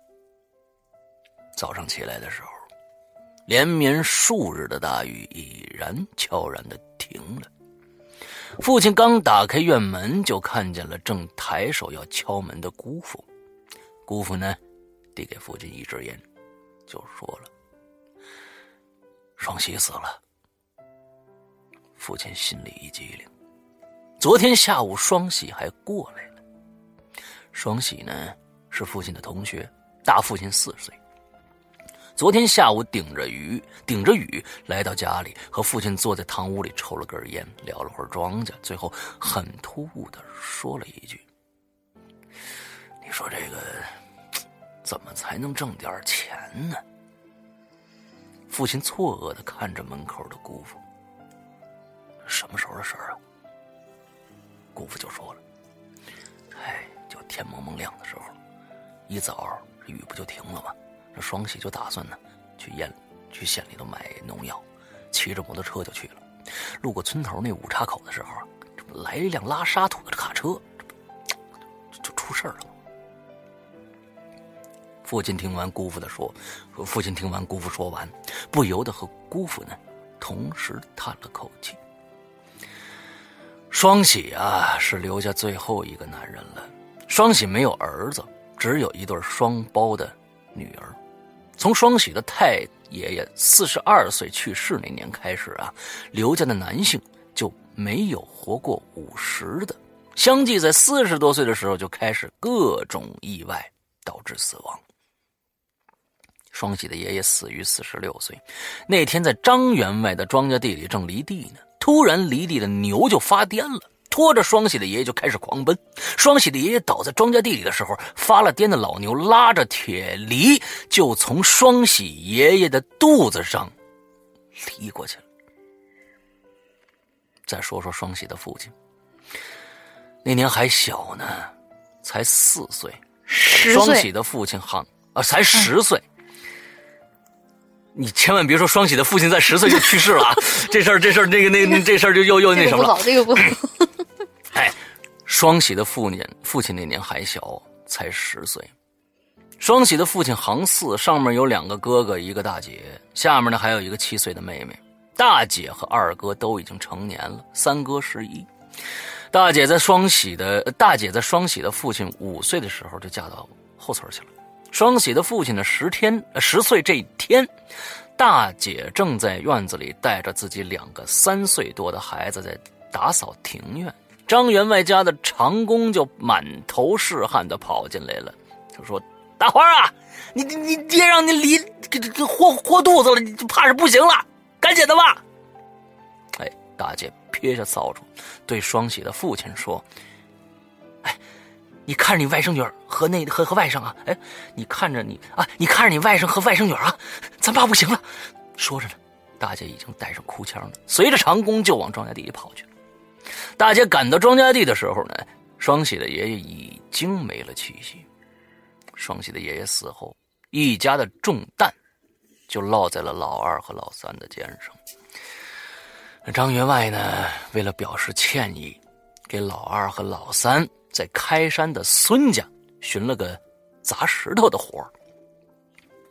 早上起来的时候，连绵数日的大雨已然悄然地停了。父亲刚打开院门，就看见了正抬手要敲门的姑父。姑父呢，递给父亲一支烟，就说了：“双喜死了。”父亲心里一激灵。昨天下午双喜还过来了。双喜呢，是父亲的同学，大父亲四岁。昨天下午顶着雨顶着雨来到家里，和父亲坐在堂屋里抽了根烟，聊了会儿庄稼，最后很突兀的说了一句：“你说这个怎么才能挣点钱呢？”父亲错愕的看着门口的姑父：“什么时候的事儿啊？”姑父就说了：“哎，就天蒙蒙亮的时候，一早这雨不就停了吗？这双喜就打算呢去县去县里头买农药，骑着摩托车就去了。路过村头那五岔口的时候，这不来一辆拉沙土的卡车，这不就出事了吗？”父亲听完姑父的说，父亲听完姑父说完，不由得和姑父呢同时叹了口气。双喜啊，是刘家最后一个男人了。双喜没有儿子，只有一对双胞的女儿。从双喜的太爷爷四十二岁去世那年开始啊，刘家的男性就没有活过五十的，相继在四十多岁的时候就开始各种意外导致死亡。双喜的爷爷死于四十六岁，那天在张员外的庄稼地里正犁地呢，突然犁地的牛就发癫了，拖着双喜的爷爷就开始狂奔。双喜的爷爷倒在庄稼地里的时候，发了癫的老牛拉着铁犁就从双喜爷爷的肚子上犁过去了。再说说双喜的父亲，那年还小呢，才四岁。 十岁。 双喜的父亲好啊，才十岁。嗯，你千万别说双喜的父亲在十岁就去世了啊！这事儿，这事儿，那个，那个，这事儿就又又那什么了。 这个不好，这个不好。 哎，双喜的父亲，父亲那年还小，才十岁。双喜的父亲行四，上面有两个哥哥，一个大姐，下面呢还有一个七岁的妹妹。大姐和二哥都已经成年了，三哥十一。大姐在双喜的大姐在双喜的父亲五岁的时候就嫁到后村去了。双喜的父亲呢，十天十岁这一天，大姐正在院子里带着自己两个三岁多的孩子在打扫庭院。张员外家的长工就满头是汗的跑进来了，就说：“大花啊，你你你爹让你离给给豁豁肚子了，你怕是不行了，赶紧的吧。”哎，大姐撇下扫帚，对双喜的父亲说：“哎。你看着你外甥女儿和那和和外甥啊，哎，你看着你啊，你看着你外甥和外甥女儿啊，咱爸不行了。”说着呢，大姐已经带上哭腔了，随着长工就往庄稼地里跑去了。大姐赶到庄稼地的时候呢，双喜的爷爷已经没了气息。双喜的爷爷死后，一家的重担就落在了老二和老三的肩上。张员外呢，为了表示歉意，给老二和老三在开山的孙家寻了个砸石头的活儿。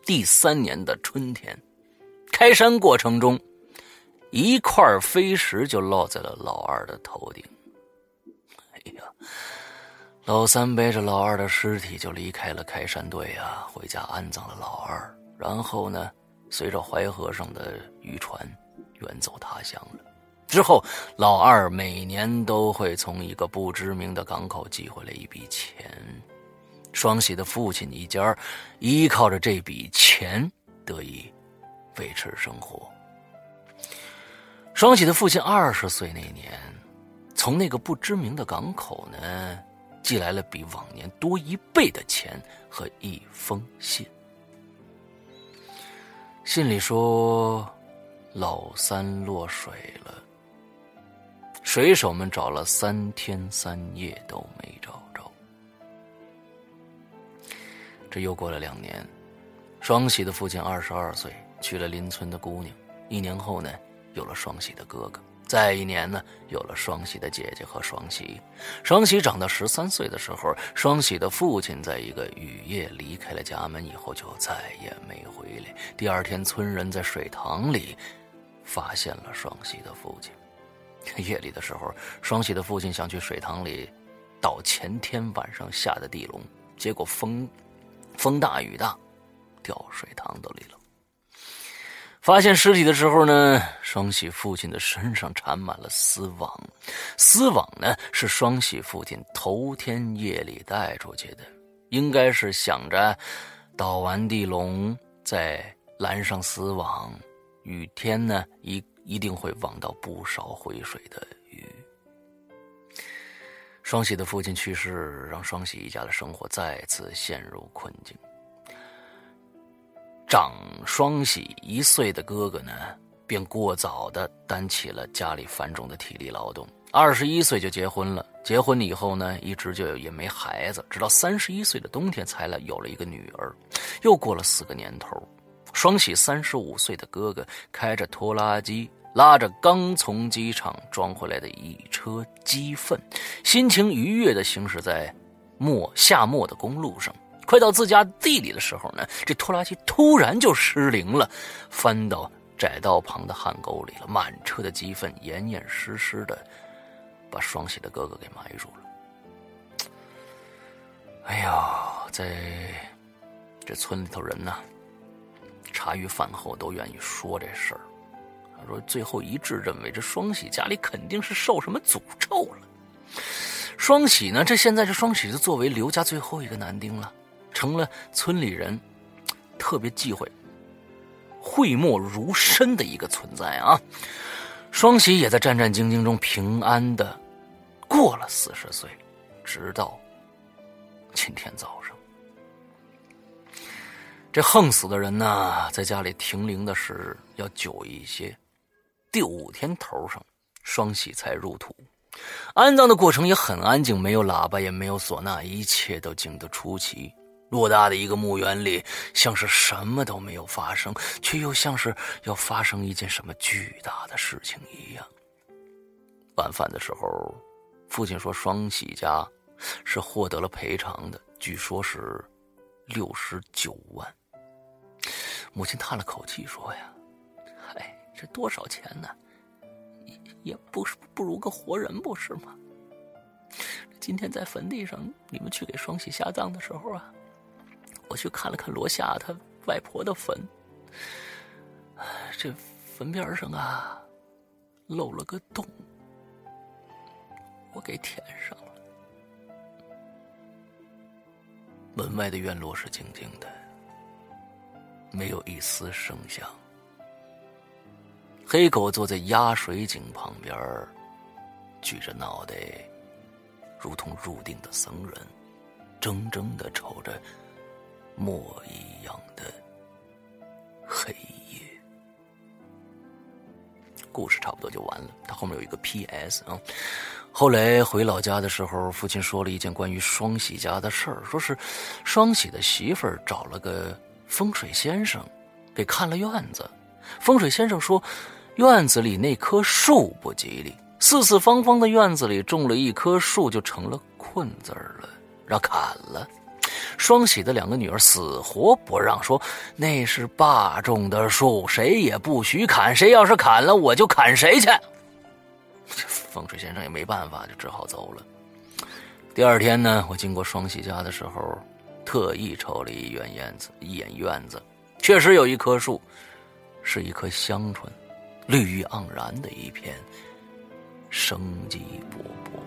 第三年的春天，开山过程中，一块飞石就落在了老二的头顶。哎呀，老三背着老二的尸体就离开了开山队啊，回家安葬了老二，然后呢，随着淮河上的渔船远走他乡了。之后，老二每年都会从一个不知名的港口寄回来一笔钱。双喜的父亲一家依靠着这笔钱得以维持生活。双喜的父亲二十岁那年，从那个不知名的港口呢，寄来了比往年多一倍的钱和一封信。信里说，老三落水了，水手们找了三天三夜都没找着。这又过了两年，双喜的父亲二十二岁，娶了邻村的姑娘。一年后呢，有了双喜的哥哥。再一年呢，有了双喜的姐姐和双喜。双喜长到十三岁的时候，双喜的父亲在一个雨夜离开了家门以后，就再也没回来。第二天，村人在水塘里发现了双喜的父亲。夜里的时候，双喜的父亲想去水塘里倒前天晚上下的地笼，结果风风大雨大，掉水塘子里了。发现尸体的时候呢，双喜父亲的身上缠满了丝网，丝网呢是双喜父亲头天夜里带出去的，应该是想着倒完地笼再拦上丝网，雨天呢一一定会网到不少回水的鱼。双喜的父亲去世，让双喜一家的生活再次陷入困境。长双喜一岁的哥哥呢，便过早的担起了家里繁重的体力劳动。二十一岁就结婚了，结婚以后呢，一直就也没孩子，直到三十一岁的冬天才了有了一个女儿。又过了四个年头，双喜三十五岁的哥哥开着拖拉机，拉着刚从机场装回来的一车鸡粪，心情愉悦地行驶在末夏末的公路上。快到自家地里的时候呢，这拖拉机突然就失灵了，翻到窄道旁的旱沟里了，满车的鸡粪严严实实的把双喜的哥哥给埋住了。哎呀，在这村里头人呢，茶余饭后都愿意说这事儿。他说最后一致认为这双喜家里肯定是受什么诅咒了。双喜呢，这现在这双喜就作为刘家最后一个男丁了，成了村里人特别忌讳、讳莫如深的一个存在啊。双喜也在战战兢兢中平安的过了四十岁，直到今天早上。这横死的人呢，在家里停灵的是要久一些，第五天头上，双喜才入土。安葬的过程也很安静，没有喇叭，也没有唢呐，一切都静得出奇。偌大的一个墓园里，像是什么都没有发生，却又像是要发生一件什么巨大的事情一样。晚饭的时候，父亲说双喜家是获得了赔偿的，据说是六十九万。母亲叹了口气说呀：“嗨，这多少钱呢？也也不是不如个活人，不是吗？今天在坟地上，你们去给双喜下葬的时候啊，我去看了看罗夏他外婆的坟，这坟边上啊漏了个洞，我给填上了。”门外的院落是静静的，没有一丝声响。黑狗坐在压水井旁边，举着脑袋，如同入定的僧人，怔怔地瞅着墨一样的黑夜。故事差不多就完了，它后面有一个 P S 啊。后来回老家的时候，父亲说了一件关于双喜家的事儿，说是双喜的媳妇儿找了个风水先生给看了院子。风水先生说院子里那棵树不吉利，四四方方的院子里种了一棵树就成了困字儿了，让砍了。 双喜的两个女儿死活不让，说那是爸种的树，谁也不许砍，谁要是砍了我就砍谁去。风水先生也没办法，就只好走了。第二天呢，我经过双喜家的时候，特意瞅了一眼院子，一眼院子，确实有一棵树，是一棵香椿，绿意盎然的一片，生机勃勃。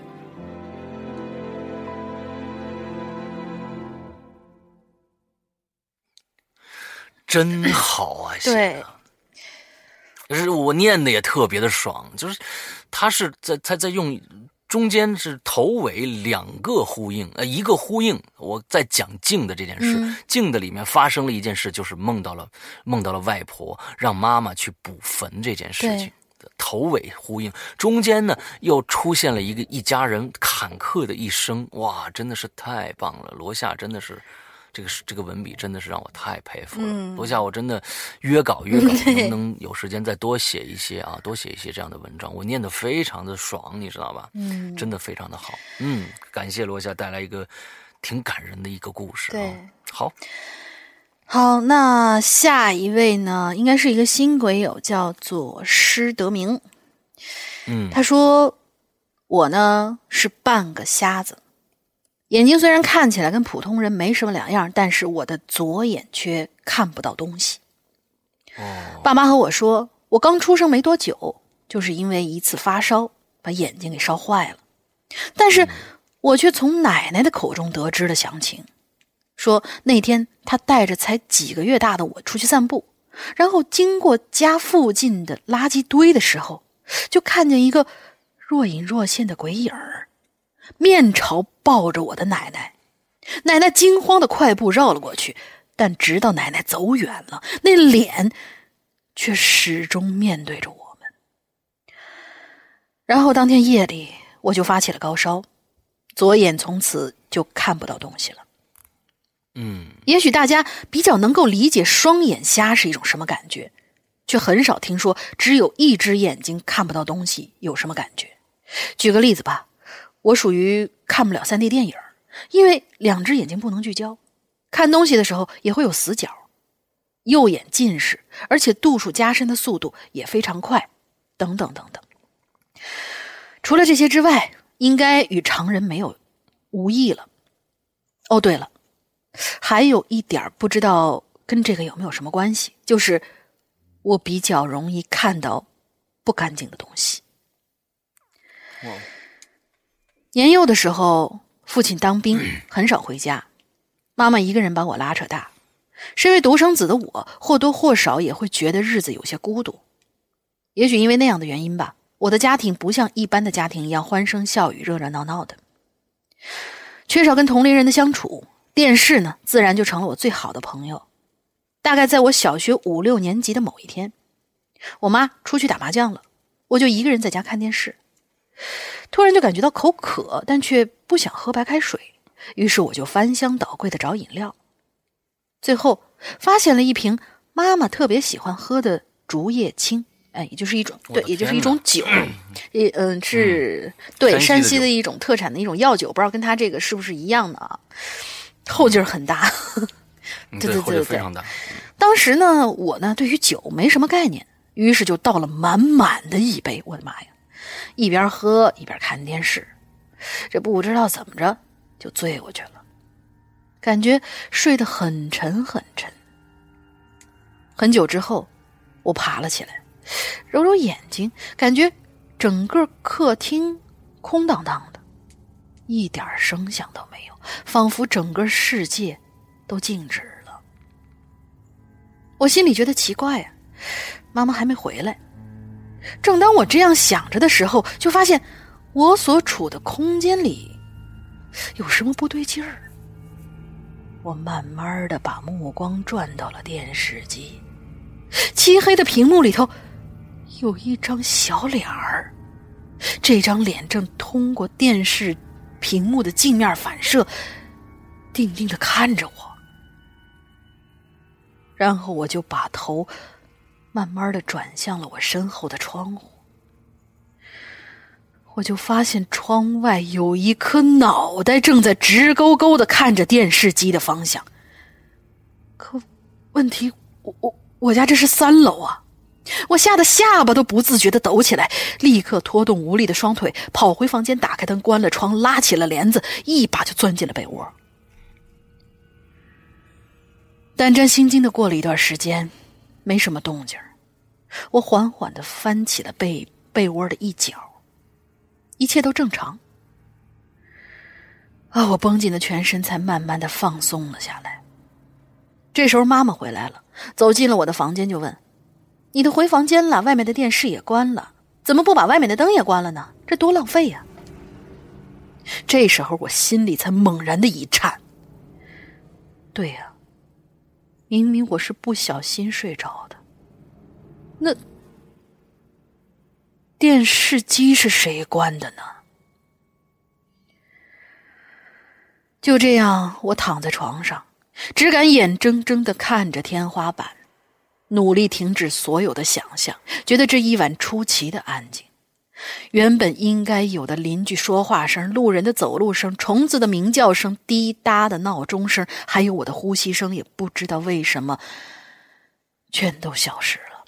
真好啊！ 对， 就是我念的也特别的爽，就是他是在他在用。中间是头尾两个呼应，呃，一个呼应。我在讲静的这件事， 嗯、 静的里面发生了一件事，就是梦到了梦到了外婆让妈妈去补坟这件事情，头尾呼应。中间呢又出现了一个一家人坎坷的一生，哇，真的是太棒了！罗夏真的是。这个这个文笔真的是让我太佩服了， 嗯、 罗夏，我真的约稿约稿，能不能有时间再多写一些啊？多写一些这样的文章，我念得非常的爽，你知道吧？嗯，真的非常的好。嗯，感谢罗夏带来一个挺感人的一个故事、啊。 对， 好， 好，那下一位呢，应该是一个新鬼友，叫做施德明。 嗯， 他说我呢是半个瞎子。眼睛虽然看起来跟普通人没什么两样，但是我的左眼却看不到东西。 哦， 爸妈和我说，我刚出生没多久，就是因为一次发烧把眼睛给烧坏了。但是我却从奶奶的口中得知了详情，说那天她带着才几个月大的我出去散步，然后经过家附近的垃圾堆的时候，就看见一个若隐若现的鬼影儿，面朝抱着我的奶奶。奶奶惊慌的快步绕了过去，但直到奶奶走远了，那脸却始终面对着我们。然后当天夜里我就发起了高烧，左眼从此就看不到东西了。 嗯， 也许大家比较能够理解双眼瞎是一种什么感觉，却很少听说只有一只眼睛看不到东西有什么感觉。举个例子吧，我属于看不了 三 D 电影，因为两只眼睛不能聚焦，看东西的时候也会有死角，右眼近视，而且度数加深的速度也非常快，等等等等。除了这些之外，应该与常人没有无异了。哦，对了，还有一点不知道跟这个有没有什么关系，就是我比较容易看到不干净的东西。年幼的时候，父亲当兵，很少回家，妈妈一个人把我拉扯大。身为独生子的我，或多或少也会觉得日子有些孤独。也许因为那样的原因吧，我的家庭不像一般的家庭一样欢声笑语、热热闹闹的。缺少跟同龄人的相处，电视呢，自然就成了我最好的朋友。大概在我小学五六年级的某一天，我妈出去打麻将了，我就一个人在家看电视。突然就感觉到口渴，但却不想喝白开水，于是我就翻箱倒柜的找饮料。最后发现了一瓶妈妈特别喜欢喝的竹叶青，哎，也就是一种对，也就是一种酒，也嗯是、嗯、对山西的一种特产的一种药酒，不知道跟它这个是不是一样的啊？后劲儿很大， 对对对对对， 非常大。 当时呢，我呢对于酒没什么概念，于是就倒了满满的一杯，我的妈呀！一边喝一边看电视，这不知道怎么着就醉过去了，感觉睡得很沉很沉。很久之后，我爬了起来，揉揉眼睛，感觉整个客厅空荡荡的，一点声响都没有，仿佛整个世界都静止了。我心里觉得奇怪啊，妈妈还没回来。正当我这样想着的时候，就发现我所处的空间里有什么不对劲儿。我慢慢的把目光转到了电视机，漆黑的屏幕里头有一张小脸儿，这张脸正通过电视屏幕的镜面反射，定定的看着我。然后我就把头慢慢的转向了我身后的窗户。 我就发现窗外有一颗脑袋正在直勾勾地看着电视机的方向。可问题，我我我家这是三楼啊！我吓得下巴都不自觉地抖起来，立刻拖动无力的双腿，跑回房间，打开灯，关了窗，拉起了帘子，一把就钻进了被窝。胆战心惊地过了一段时间，没什么动静，我缓缓地翻起了被被窝的一角，一切都正常。啊，我绷紧的全身才慢慢地放松了下来。这时候妈妈回来了，走进了我的房间，就问：你都回房间了，外面的电视也关了，怎么不把外面的灯也关了呢？这多浪费呀！这时候我心里才猛然的一颤。对呀，明明我是不小心睡着的，那电视机是谁关的呢？就这样，我躺在床上，只敢眼睁睁地看着天花板，努力停止所有的想象，觉得这一晚出奇的安静。原本应该有的邻居说话声、路人的走路声、虫子的鸣叫声、滴答的闹钟声，还有我的呼吸声，也不知道为什么全都消失了。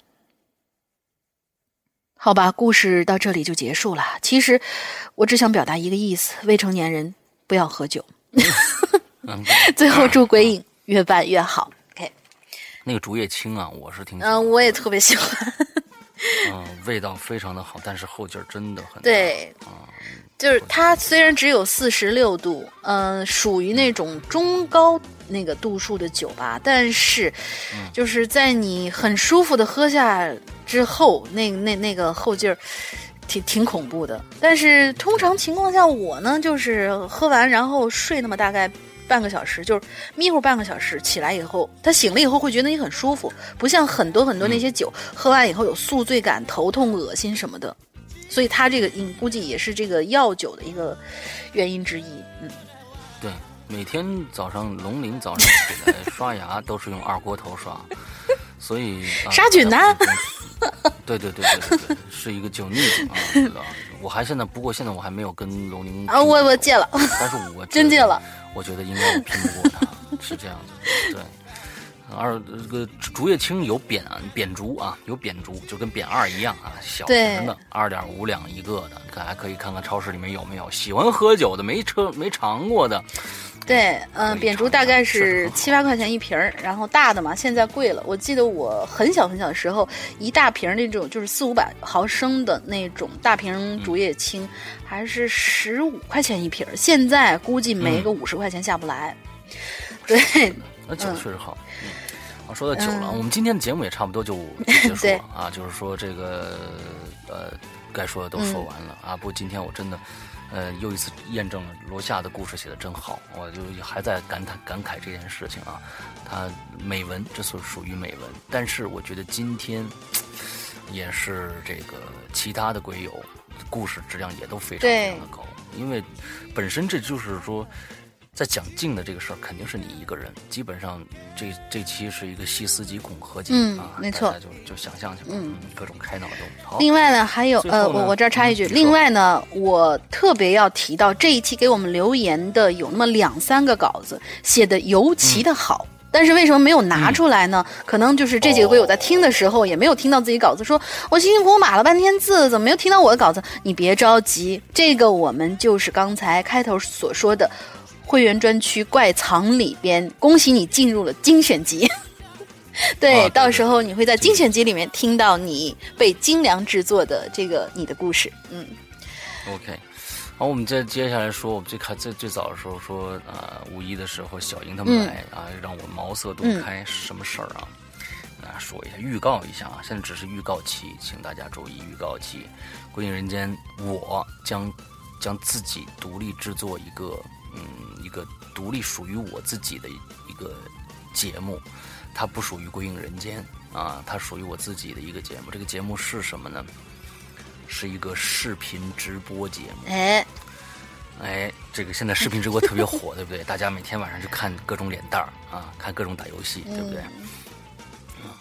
好吧，故事到这里就结束了。其实我只想表达一个意思：未成年人不要喝酒。最后祝鬼影越办越好。OK， 那个竹叶青啊，我是挺喜欢。嗯，我也特别喜欢。 嗯，味道非常的好，但是后劲儿真的很大。 对，嗯，就是它虽然只有四十六度，嗯、呃，属于那种中高那个度数的酒吧，但是，就是在你很舒服的喝下之后，那那那个后劲儿。挺挺恐怖的，但是通常情况下我呢就是喝完然后睡那么大概半个小时，就是眯糊半个小时，起来以后他醒了以后会觉得你很舒服，不像很多很多那些酒、嗯、喝完以后有宿醉感、头痛、恶心什么的，所以他这个嗯估计也是这个药酒的一个原因之一。嗯， 对，每天早上龙鳞早上起来刷牙都是用二锅头刷，所以、啊、 杀菌呢、啊。 对对对对对对，是一个酒腻子啊！对吧？我还现在，不过现在我还没有跟龙鳞啊，我我戒了， 但是我真戒了。 我觉得应该拼不过他，是这样子。对，二这个竹叶青有扁扁竹啊，有扁竹，就跟扁二一样啊，小瓶的，二点五两一个的，看还可以看看超市里面有没有。喜欢喝酒的，没车没尝过的。 对，嗯、呃，扁竹大概是七八块钱一瓶儿，然后大的嘛，现在贵了。我记得我很小很小的时候，一大瓶那种就是四五百毫升的那种大瓶竹叶青，嗯、还是十五块钱一瓶儿，现在估计没个五十块钱下不来。嗯、对， 那酒确实好。嗯，啊，说到酒了、嗯，我们今天的节目也差不多就结束了啊，就是说这个呃，该说的都说完了、嗯、啊。不过今天我真的。呃，又一次验证了罗夏的故事写得真好，我就还在感叹感慨这件事情啊。他美文，这属属于美文，但是我觉得今天也是这个其他的鬼友故事质量也都非常非常的高，因为本身这就是说，在讲镜的这个事儿，肯定是你一个人，基本上这这期是一个细思极恐合集、 嗯、 啊， 没错， 大家就就想象去吧， 嗯， 各种开脑洞。好， 另外呢，还有呃，我我这儿插一句、嗯，另外呢，我特别要提到这一期给我们留言的有那么两三个稿子写的尤其的好。嗯，但是为什么没有拿出来呢？嗯、可能就是这几个鬼友在听的时候、哦、也没有听到自己稿子，说我辛辛苦苦码了半天字，怎么没有听到我的稿子？你别着急，这个我们就是刚才开头所说的会员专区怪藏里边，恭喜你进入了精选集。对、哦，到时候你会在精选集里面听到你被精良制作的这个你的故事。嗯 ，OK。好，我们再接下来说，我们最开最最早的时候说，呃，五一的时候，小英他们来、嗯、啊，让我茅塞顿开，嗯、什么事儿啊？啊，说一下，预告一下啊，现在只是预告期，请大家注意预告期。鬼影人间，我将将自己独立制作一个，嗯，一个独立属于我自己的一个节目，它不属于鬼影人间啊，它属于我自己的一个节目。这个节目是什么呢？是一个视频直播节目。 哎， 哎，这个现在视频直播特别火，对不对？大家每天晚上就看各种脸蛋儿啊，看各种打游戏，对不对？嗯、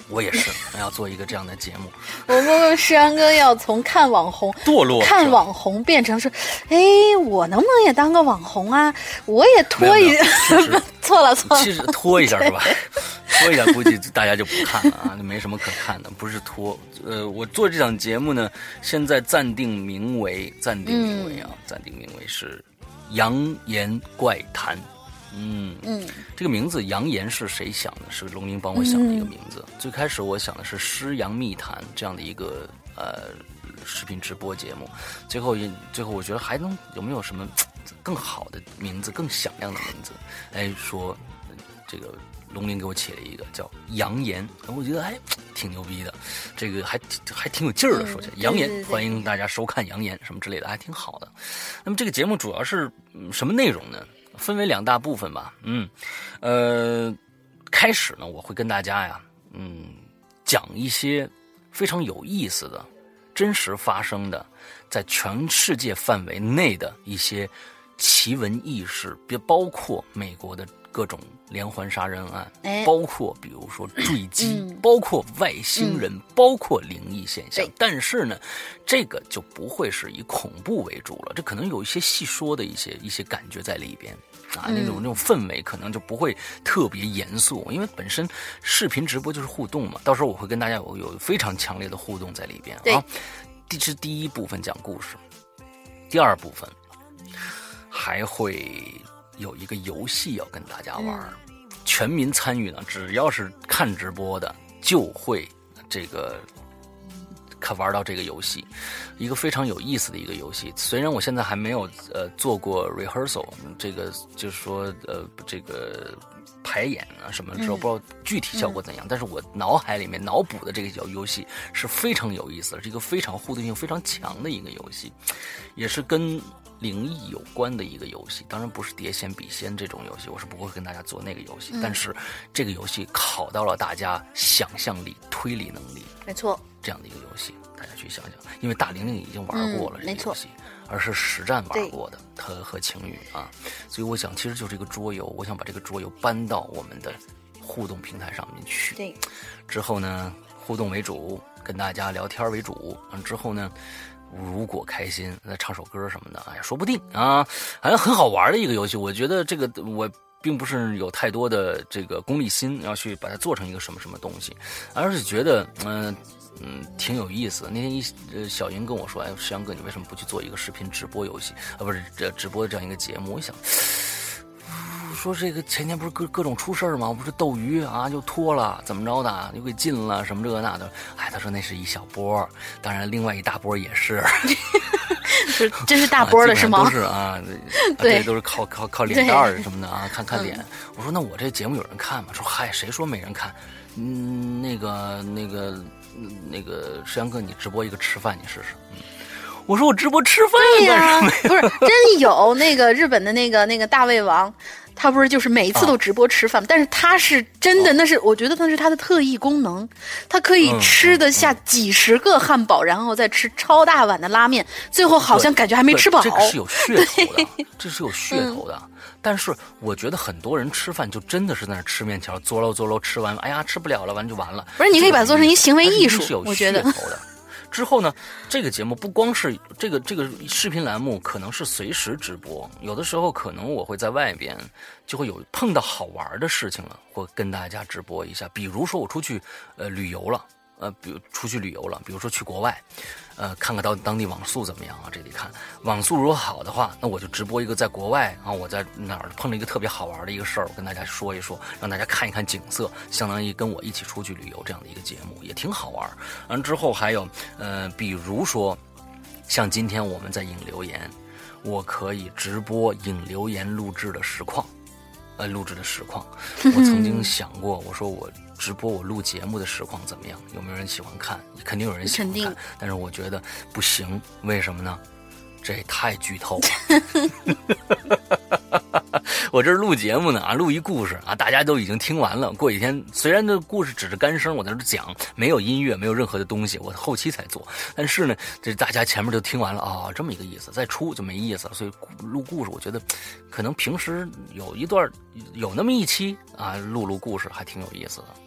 我也是要做一个这样的节目。 我们石阳哥要从看网红堕落， 看网红变成说，哎，我能不能也当个网红啊？我也拖一，错了错了， 其实拖一下是吧？拖一下估计大家就不看了啊，就没什么可看的，不是拖。呃，我做这档节目呢，现在暂定名为暂定名为啊，嗯、暂定名为是《扬言怪谈》。嗯嗯，这个名字扬言是谁想的？是龙吟帮我想的一个名字。嗯、最开始我想的是《诗扬密谈》这样的一个呃视频直播节目，最后最后我觉得还能有没有什么更好的名字、更响亮的名字？哎，说这个龙吟给我起了一个叫扬言，我觉得还挺牛逼的，这个还还挺有劲儿的。说起来，扬言欢迎大家收看扬言什么之类的，还挺好的。那么这个节目主要是、嗯、什么内容呢？分为两大部分吧，嗯，呃，开始呢，我会跟大家呀，嗯，讲一些非常有意思的、真实发生的，在全世界范围内的一些奇闻异事，别包括美国的各种连环杀人案， 哎、 包括比如说坠机， 嗯、 包括外星人， 嗯、 包括灵异现象。但是呢，这个就不会是以恐怖为主了，这可能有一些细说的一些一些感觉在里边。啊，那种那种氛围可能就不会特别严肃，因为本身视频直播就是互动嘛。到时候我会跟大家有有非常强烈的互动在里边啊。这是第一部分讲故事，第二部分还会有一个游戏要跟大家玩，嗯、全民参与呢，只要是看直播的就会这个。看玩到这个游戏，一个非常有意思的一个游戏。虽然我现在还没有呃做过 rehearsal， 这个就是说呃这个排演啊什么之后，不知道具体效果怎样。嗯、但是我脑海里面脑补的这个小游戏是非常有意思的，是一个非常互动性非常强的一个游戏，也是跟灵异有关的一个游戏。当然不是碟仙笔仙这种游戏，我是不会跟大家做那个游戏。嗯、但是这个游戏考到了大家想象力、推理能力。 没错。这样的一个游戏，大家去想想，因为大玲玲已经玩过了这个游戏，嗯、而是实战玩过的，和和晴雨啊，所以我想，其实就是一个桌游，我想把这个桌游搬到我们的互动平台上面去。 对， 之后呢，互动为主，跟大家聊天为主，之后呢，如果开心，再唱首歌什么的，哎，说不定啊，好像很好玩的一个游戏。我觉得这个我。并不是有太多的这个功利心要去把它做成一个什么什么东西，而是觉得嗯嗯挺有意思的。那天一呃小云跟我说，哎，石阳哥，你为什么不去做一个视频直播游戏啊？不是这直播的这样一个节目？我想说这个前天不是各各种出事儿吗？不是斗鱼啊就脱了，怎么着的又给禁了什么这个那的。哎，他说那是一小波，当然另外一大波也是。 是真是大波的是吗？ 啊、都是啊，对，都是靠靠靠脸蛋儿什么的啊，看看脸。嗯、我说那我这节目有人看吗？说嗨，谁说没人看？嗯，那个那个那个石阳哥，你直播一个吃饭，你试试。嗯，我说我直播吃饭干什么呀？ 不是真有那个日本的那个那个大胃王。他不是就是每一次都直播吃饭，啊、但是他是真的，那是我觉得那是他的特异功能，他可以吃得下几十个汉堡，嗯嗯、然后再吃超大碗的拉面，最后好像感觉还没吃饱。 这个是有噱头的，这是有噱头的。嗯、但是我觉得很多人吃饭就真的是在那吃面条，嘬喽嘬喽吃完，哎呀吃不了了，完就完了。 不是，你可以把它做成一行为艺术，我觉得。 之后呢，这个节目不光是这个这个视频栏目，可能是随时直播。有的时候可能我会在外边，就会有碰到好玩的事情了，会跟大家直播一下。比如说我出去呃旅游了，呃，比如出去旅游了，比如说去国外，呃，看看到当地网速怎么样啊？这里看网速如果好的话，那我就直播一个在国外啊，我在哪儿碰了一个特别好玩的一个事儿，我跟大家说一说，让大家看一看景色，相当于跟我一起出去旅游这样的一个节目，也挺好玩。完之后还有呃，比如说像今天我们在引留言，我可以直播引留言录制的实况。呃，录制的实况，我曾经想过，我说我直播我录节目的实况怎么样？有没有人喜欢看？肯定有人喜欢看，但是我觉得不行，为什么呢？这也太剧透了。我这录节目呢啊，录一故事啊，大家都已经听完了。过几天虽然这故事只是干声，我在这讲，没有音乐，没有任何的东西，我后期才做。但是呢，这大家前面就听完了啊、哦，这么一个意思，再出就没意思了。所以录故事，我觉得可能平时有一段有那么一期啊，录录故事还挺有意思的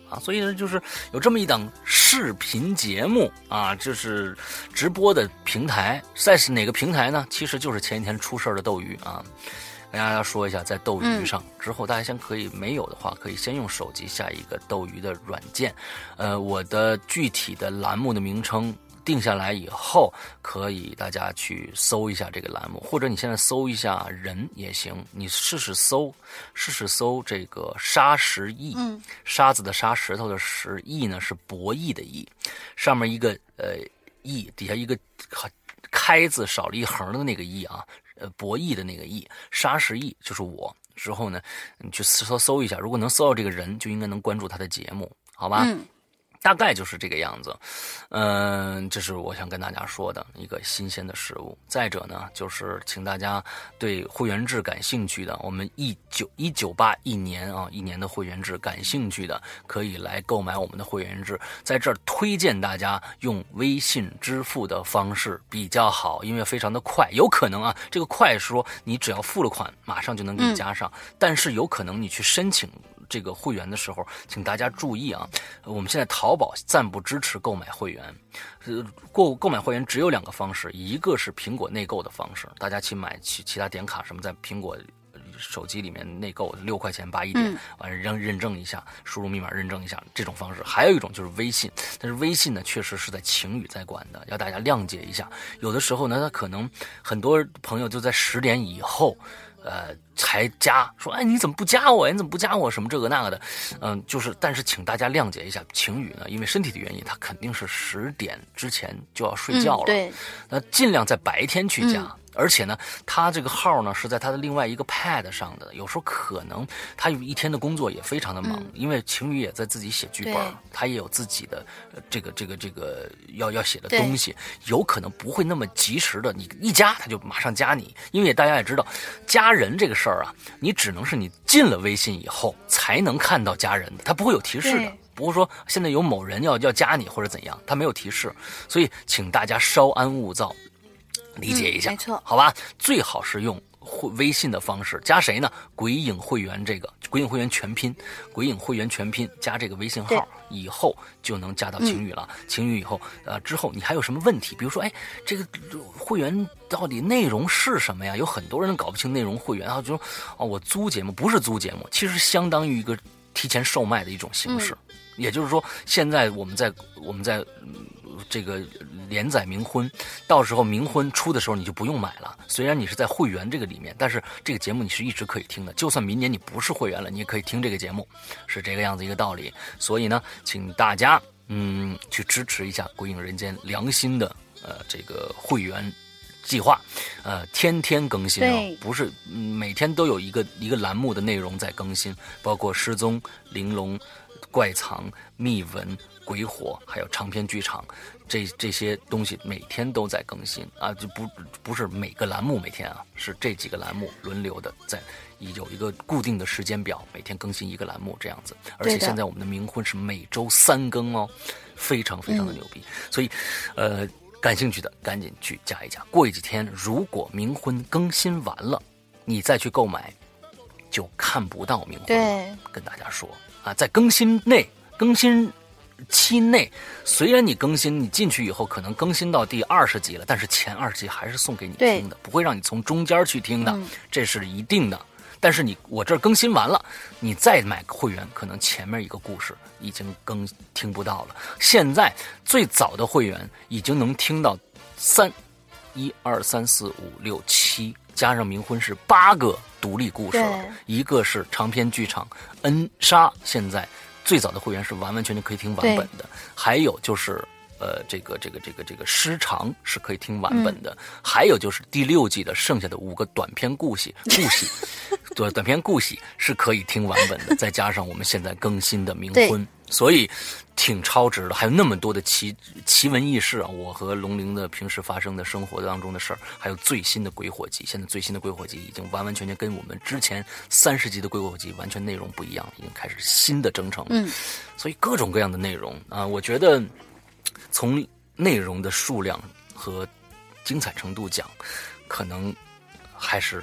啊。所以呢，就是有这么一档视频节目啊，就是直播的平台，在是哪个平台呢？其实就是前几天出事的斗鱼啊。跟大家说一下，在斗鱼上、嗯、之后，大家先可以没有的话，可以先用手机下一个斗鱼的软件。呃，我的具体的栏目的名称定下来以后，可以大家去搜一下这个栏目，或者你现在搜一下人也行，你试试搜，试试搜这个沙石艺，嗯，沙子的沙，石头的石，艺呢是博弈的艺，上面一个呃艺，底下一个开字少了一横的那个艺啊。呃，博弈的那个弈，沙石艺就是我。之后呢，你去搜搜一下，如果能搜到这个人，就应该能关注他的节目，好吧？嗯，大概就是这个样子。嗯、呃，这是我想跟大家说的一个新鲜的事物。再者呢，就是请大家对会员制感兴趣的，我们一九一九八一年啊，一年的会员制感兴趣的，可以来购买我们的会员制。在这儿推荐大家用微信支付的方式比较好，因为非常的快。有可能啊，这个快是说你只要付了款，马上就能给你加上，嗯、但是有可能你去申请这个会员的时候，请大家注意啊，我们现在淘宝暂不支持购买会员。呃，购购买会员只有两个方式，一个是苹果内购的方式，大家去买其其他点卡什么，在苹果手机里面内购六块钱八一点，完了认认证一下，输入密码认证一下，这种方式。还有一种就是微信，但是微信呢确实是在晴雨在管的，要大家谅解一下。有的时候呢，他可能很多朋友就在十点以后。呃，才加说，哎，你怎么不加我呀？你怎么不加我？什么这个那个的，嗯，就是，但是请大家谅解一下，晴雨呢，因为身体的原因，他肯定是十点之前就要睡觉了，嗯、对，那尽量在白天去加。嗯，而且呢，他这个号呢是在他的另外一个 pad 上的，有时候可能他有一天的工作也非常的忙，嗯、因为晴雨也在自己写剧本，他也有自己的、呃、这个这个这个要要写的东西，有可能不会那么及时的，你一加他就马上加你，因为大家也知道，加人这个事儿啊，你只能是你进了微信以后才能看到加人的，他不会有提示的。不会说现在有某人要要加你或者怎样，他没有提示，所以请大家稍安勿躁。理解一下，嗯、没错，好吧，最好是用微信的方式加谁呢？鬼影会员这个鬼影会员全拼，鬼影会员全拼加这个微信号以后就能加到晴雨了。晴雨以后，呃，之后你还有什么问题？比如说，哎，这个会员到底内容是什么呀？有很多人搞不清内容会员，然后就说，哦，我租节目不是租节目，其实相当于一个提前售卖的一种形式。嗯、也就是说，现在我们在我们在。嗯这个连载冥婚，到时候冥婚出的时候你就不用买了。虽然你是在会员这个里面，但是这个节目你是一直可以听的。就算明年你不是会员了，你也可以听这个节目，是这个样子一个道理。所以呢，请大家嗯去支持一下《鬼影人间》良心的呃这个会员计划，呃，天天更新哦，不是、嗯、每天都有一个一个栏目的内容在更新，包括失踪、玲珑、怪藏、秘闻。鬼火还有长篇剧场，这这些东西每天都在更新啊，就不不是每个栏目每天啊，是这几个栏目轮流的在有一个固定的时间表，每天更新一个栏目这样子。而且现在我们的冥婚是每周三更哦，非常非常的牛逼。嗯、所以，呃，感兴趣的赶紧去加一加。过几天如果冥婚更新完了，你再去购买，就看不到冥婚了。对，跟大家说啊，在更新内更新。期内，虽然你更新，你进去以后可能更新到第二十集了，但是前二十集还是送给你听的，不会让你从中间去听的，嗯、这是一定的。但是你我这儿更新完了，你再买个会员，可能前面一个故事已经更听不到了。现在最早的会员已经能听到三一二三四五六七，加上冥婚是八个独立故事了，一个是长篇剧场恩莎，现在。最早的会员是完完全全可以听完本的，还有就是呃，这个这个这个这个失常是可以听完本的，嗯、还有就是第六季的剩下的五个短篇故事，故事，对，短篇故事是可以听完本的，再加上我们现在更新的冥婚，所以挺超值的。还有那么多的奇奇闻异事啊，我和龙玲的平时发生的生活当中的事儿，还有最新的鬼火集，现在最新的鬼火集已经完完全全跟我们之前三十集的鬼火集完全内容不一样了，已经开始新的征程。嗯，所以各种各样的内容啊，我觉得。从内容的数量和精彩程度讲，可能还是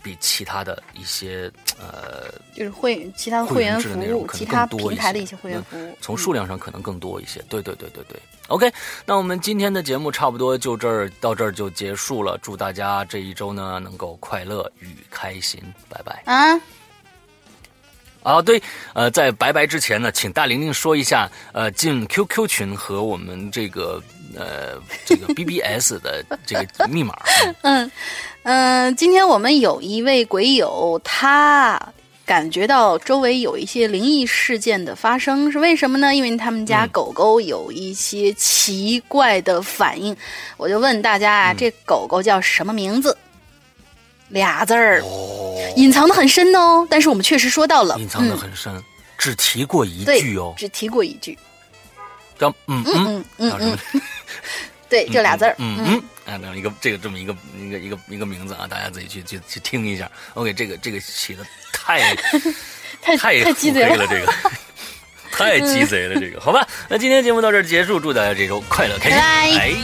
比其他的一些呃， 就是会其他的会员服务，其他平台的一些会员服务， 从数量上可能更多一些。嗯、对对对对对。OK， 那我们今天的节目差不多就这儿到这儿就结束了。祝大家这一周呢能够快乐与开心，拜拜啊！ 啊，对，呃，在拜拜之前呢，请大玲玲说一下，呃，进 Q Q 群和我们这个呃这个 B B S 的这个密码。 嗯嗯、呃，今天我们有一位鬼友，他感觉到周围有一些灵异事件的发生，是为什么呢？因为他们家狗狗有一些奇怪的反应。嗯、我就问大家啊，嗯、这狗狗叫什么名字？俩字儿。哦。隐藏的很深哦，但是我们确实说到了， 隐藏的很深，嗯、只提过一句哦， 只提过一句， 叫嗯嗯嗯嗯嗯，对，就俩字儿， 嗯嗯，啊，这样一个这个这么一个一个一个一个名字啊，大家自己去去去听一下。OK， 这个这个起的太太太太鸡贼了，这个太鸡贼了，这个好吧。那今天节目到这儿结束，祝大家这周快乐开心， 拜拜。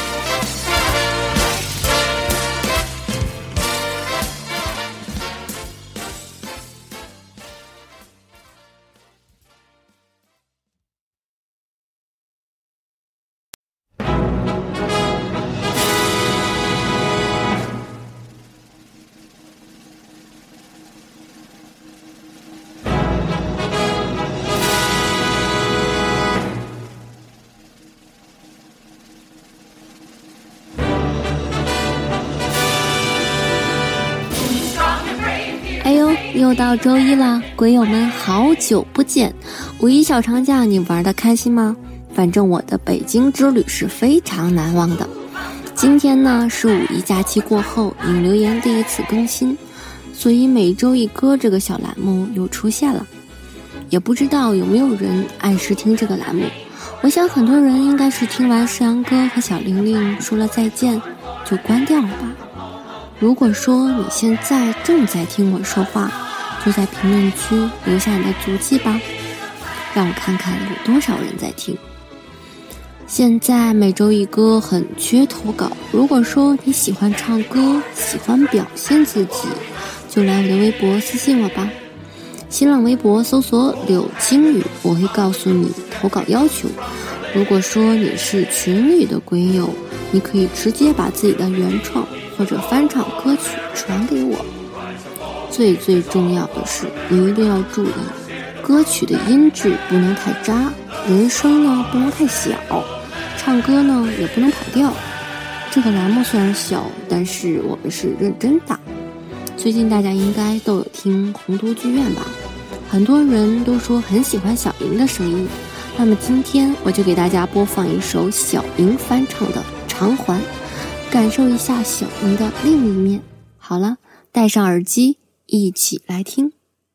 又到周一了，鬼友们好久不见，五一小长假你玩得开心吗？反正我的北京之旅是非常难忘的。今天呢是五一假期过后影留言第一次更新，所以每周一歌这个小栏目又出现了。也不知道有没有人按时听这个栏目，我想很多人应该是听完世阳哥和小玲玲说了再见就关掉了吧。如果说你现在正在听我说话，就在评论区留下你的足迹吧，让我看看有多少人在听。现在每周一歌很缺投稿，如果说你喜欢唱歌，喜欢表现自己，就来我的微博私信我吧。新浪微博搜索柳青雨，我会告诉你投稿要求。如果说你是群里的鬼友，你可以直接把自己的原创或者翻唱歌曲传给我。最最重要的是，你一定要注意，歌曲的音质不能太渣，人声呢不能太小，唱歌呢也不能跑调。这个栏目虽然小，但是我们是认真的。最近大家应该都有听红都剧院吧，很多人都说很喜欢小莹的声音，那么今天我就给大家播放一首小莹翻唱的《偿还》，感受一下小莹的另一面。好了，戴上耳机一起来听。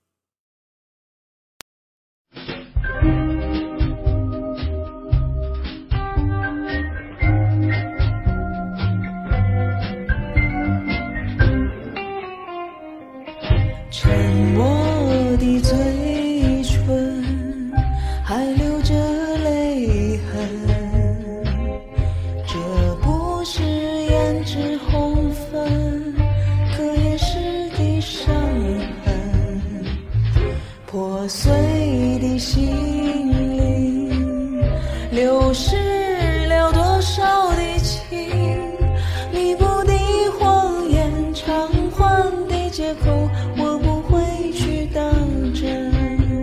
沉默的嘴唇还留着泪痕，这不是胭脂红粉，可也是的伤痕。破碎的心灵流失了多少的情，弥补的谎言，偿还的借口，我不会去当真。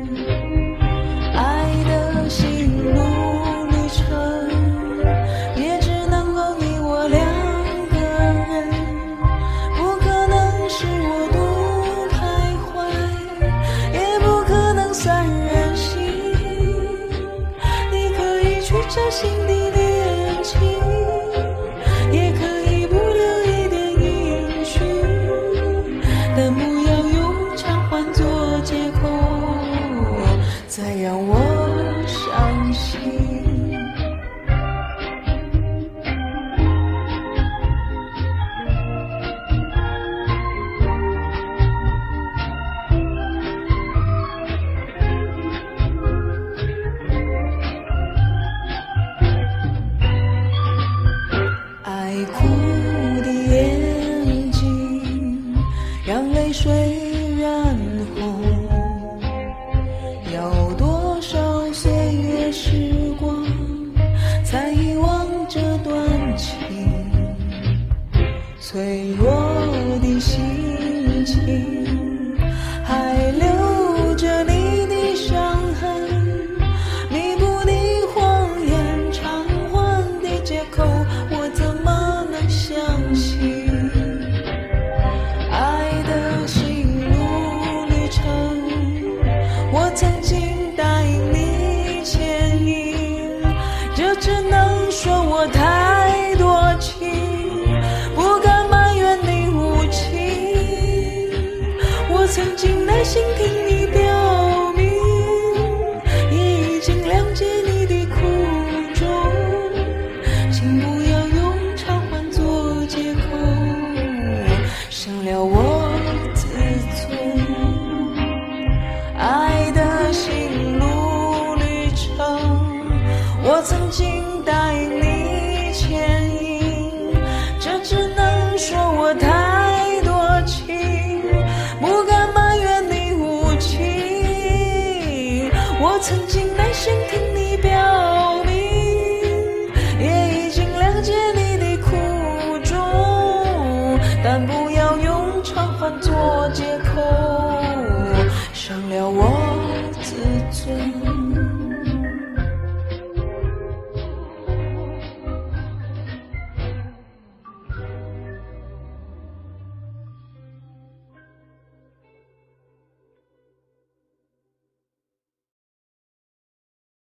爱的心路旅程也只能够你我两个人，不可能是我独徘徊，也不可能三曾经耐心听你表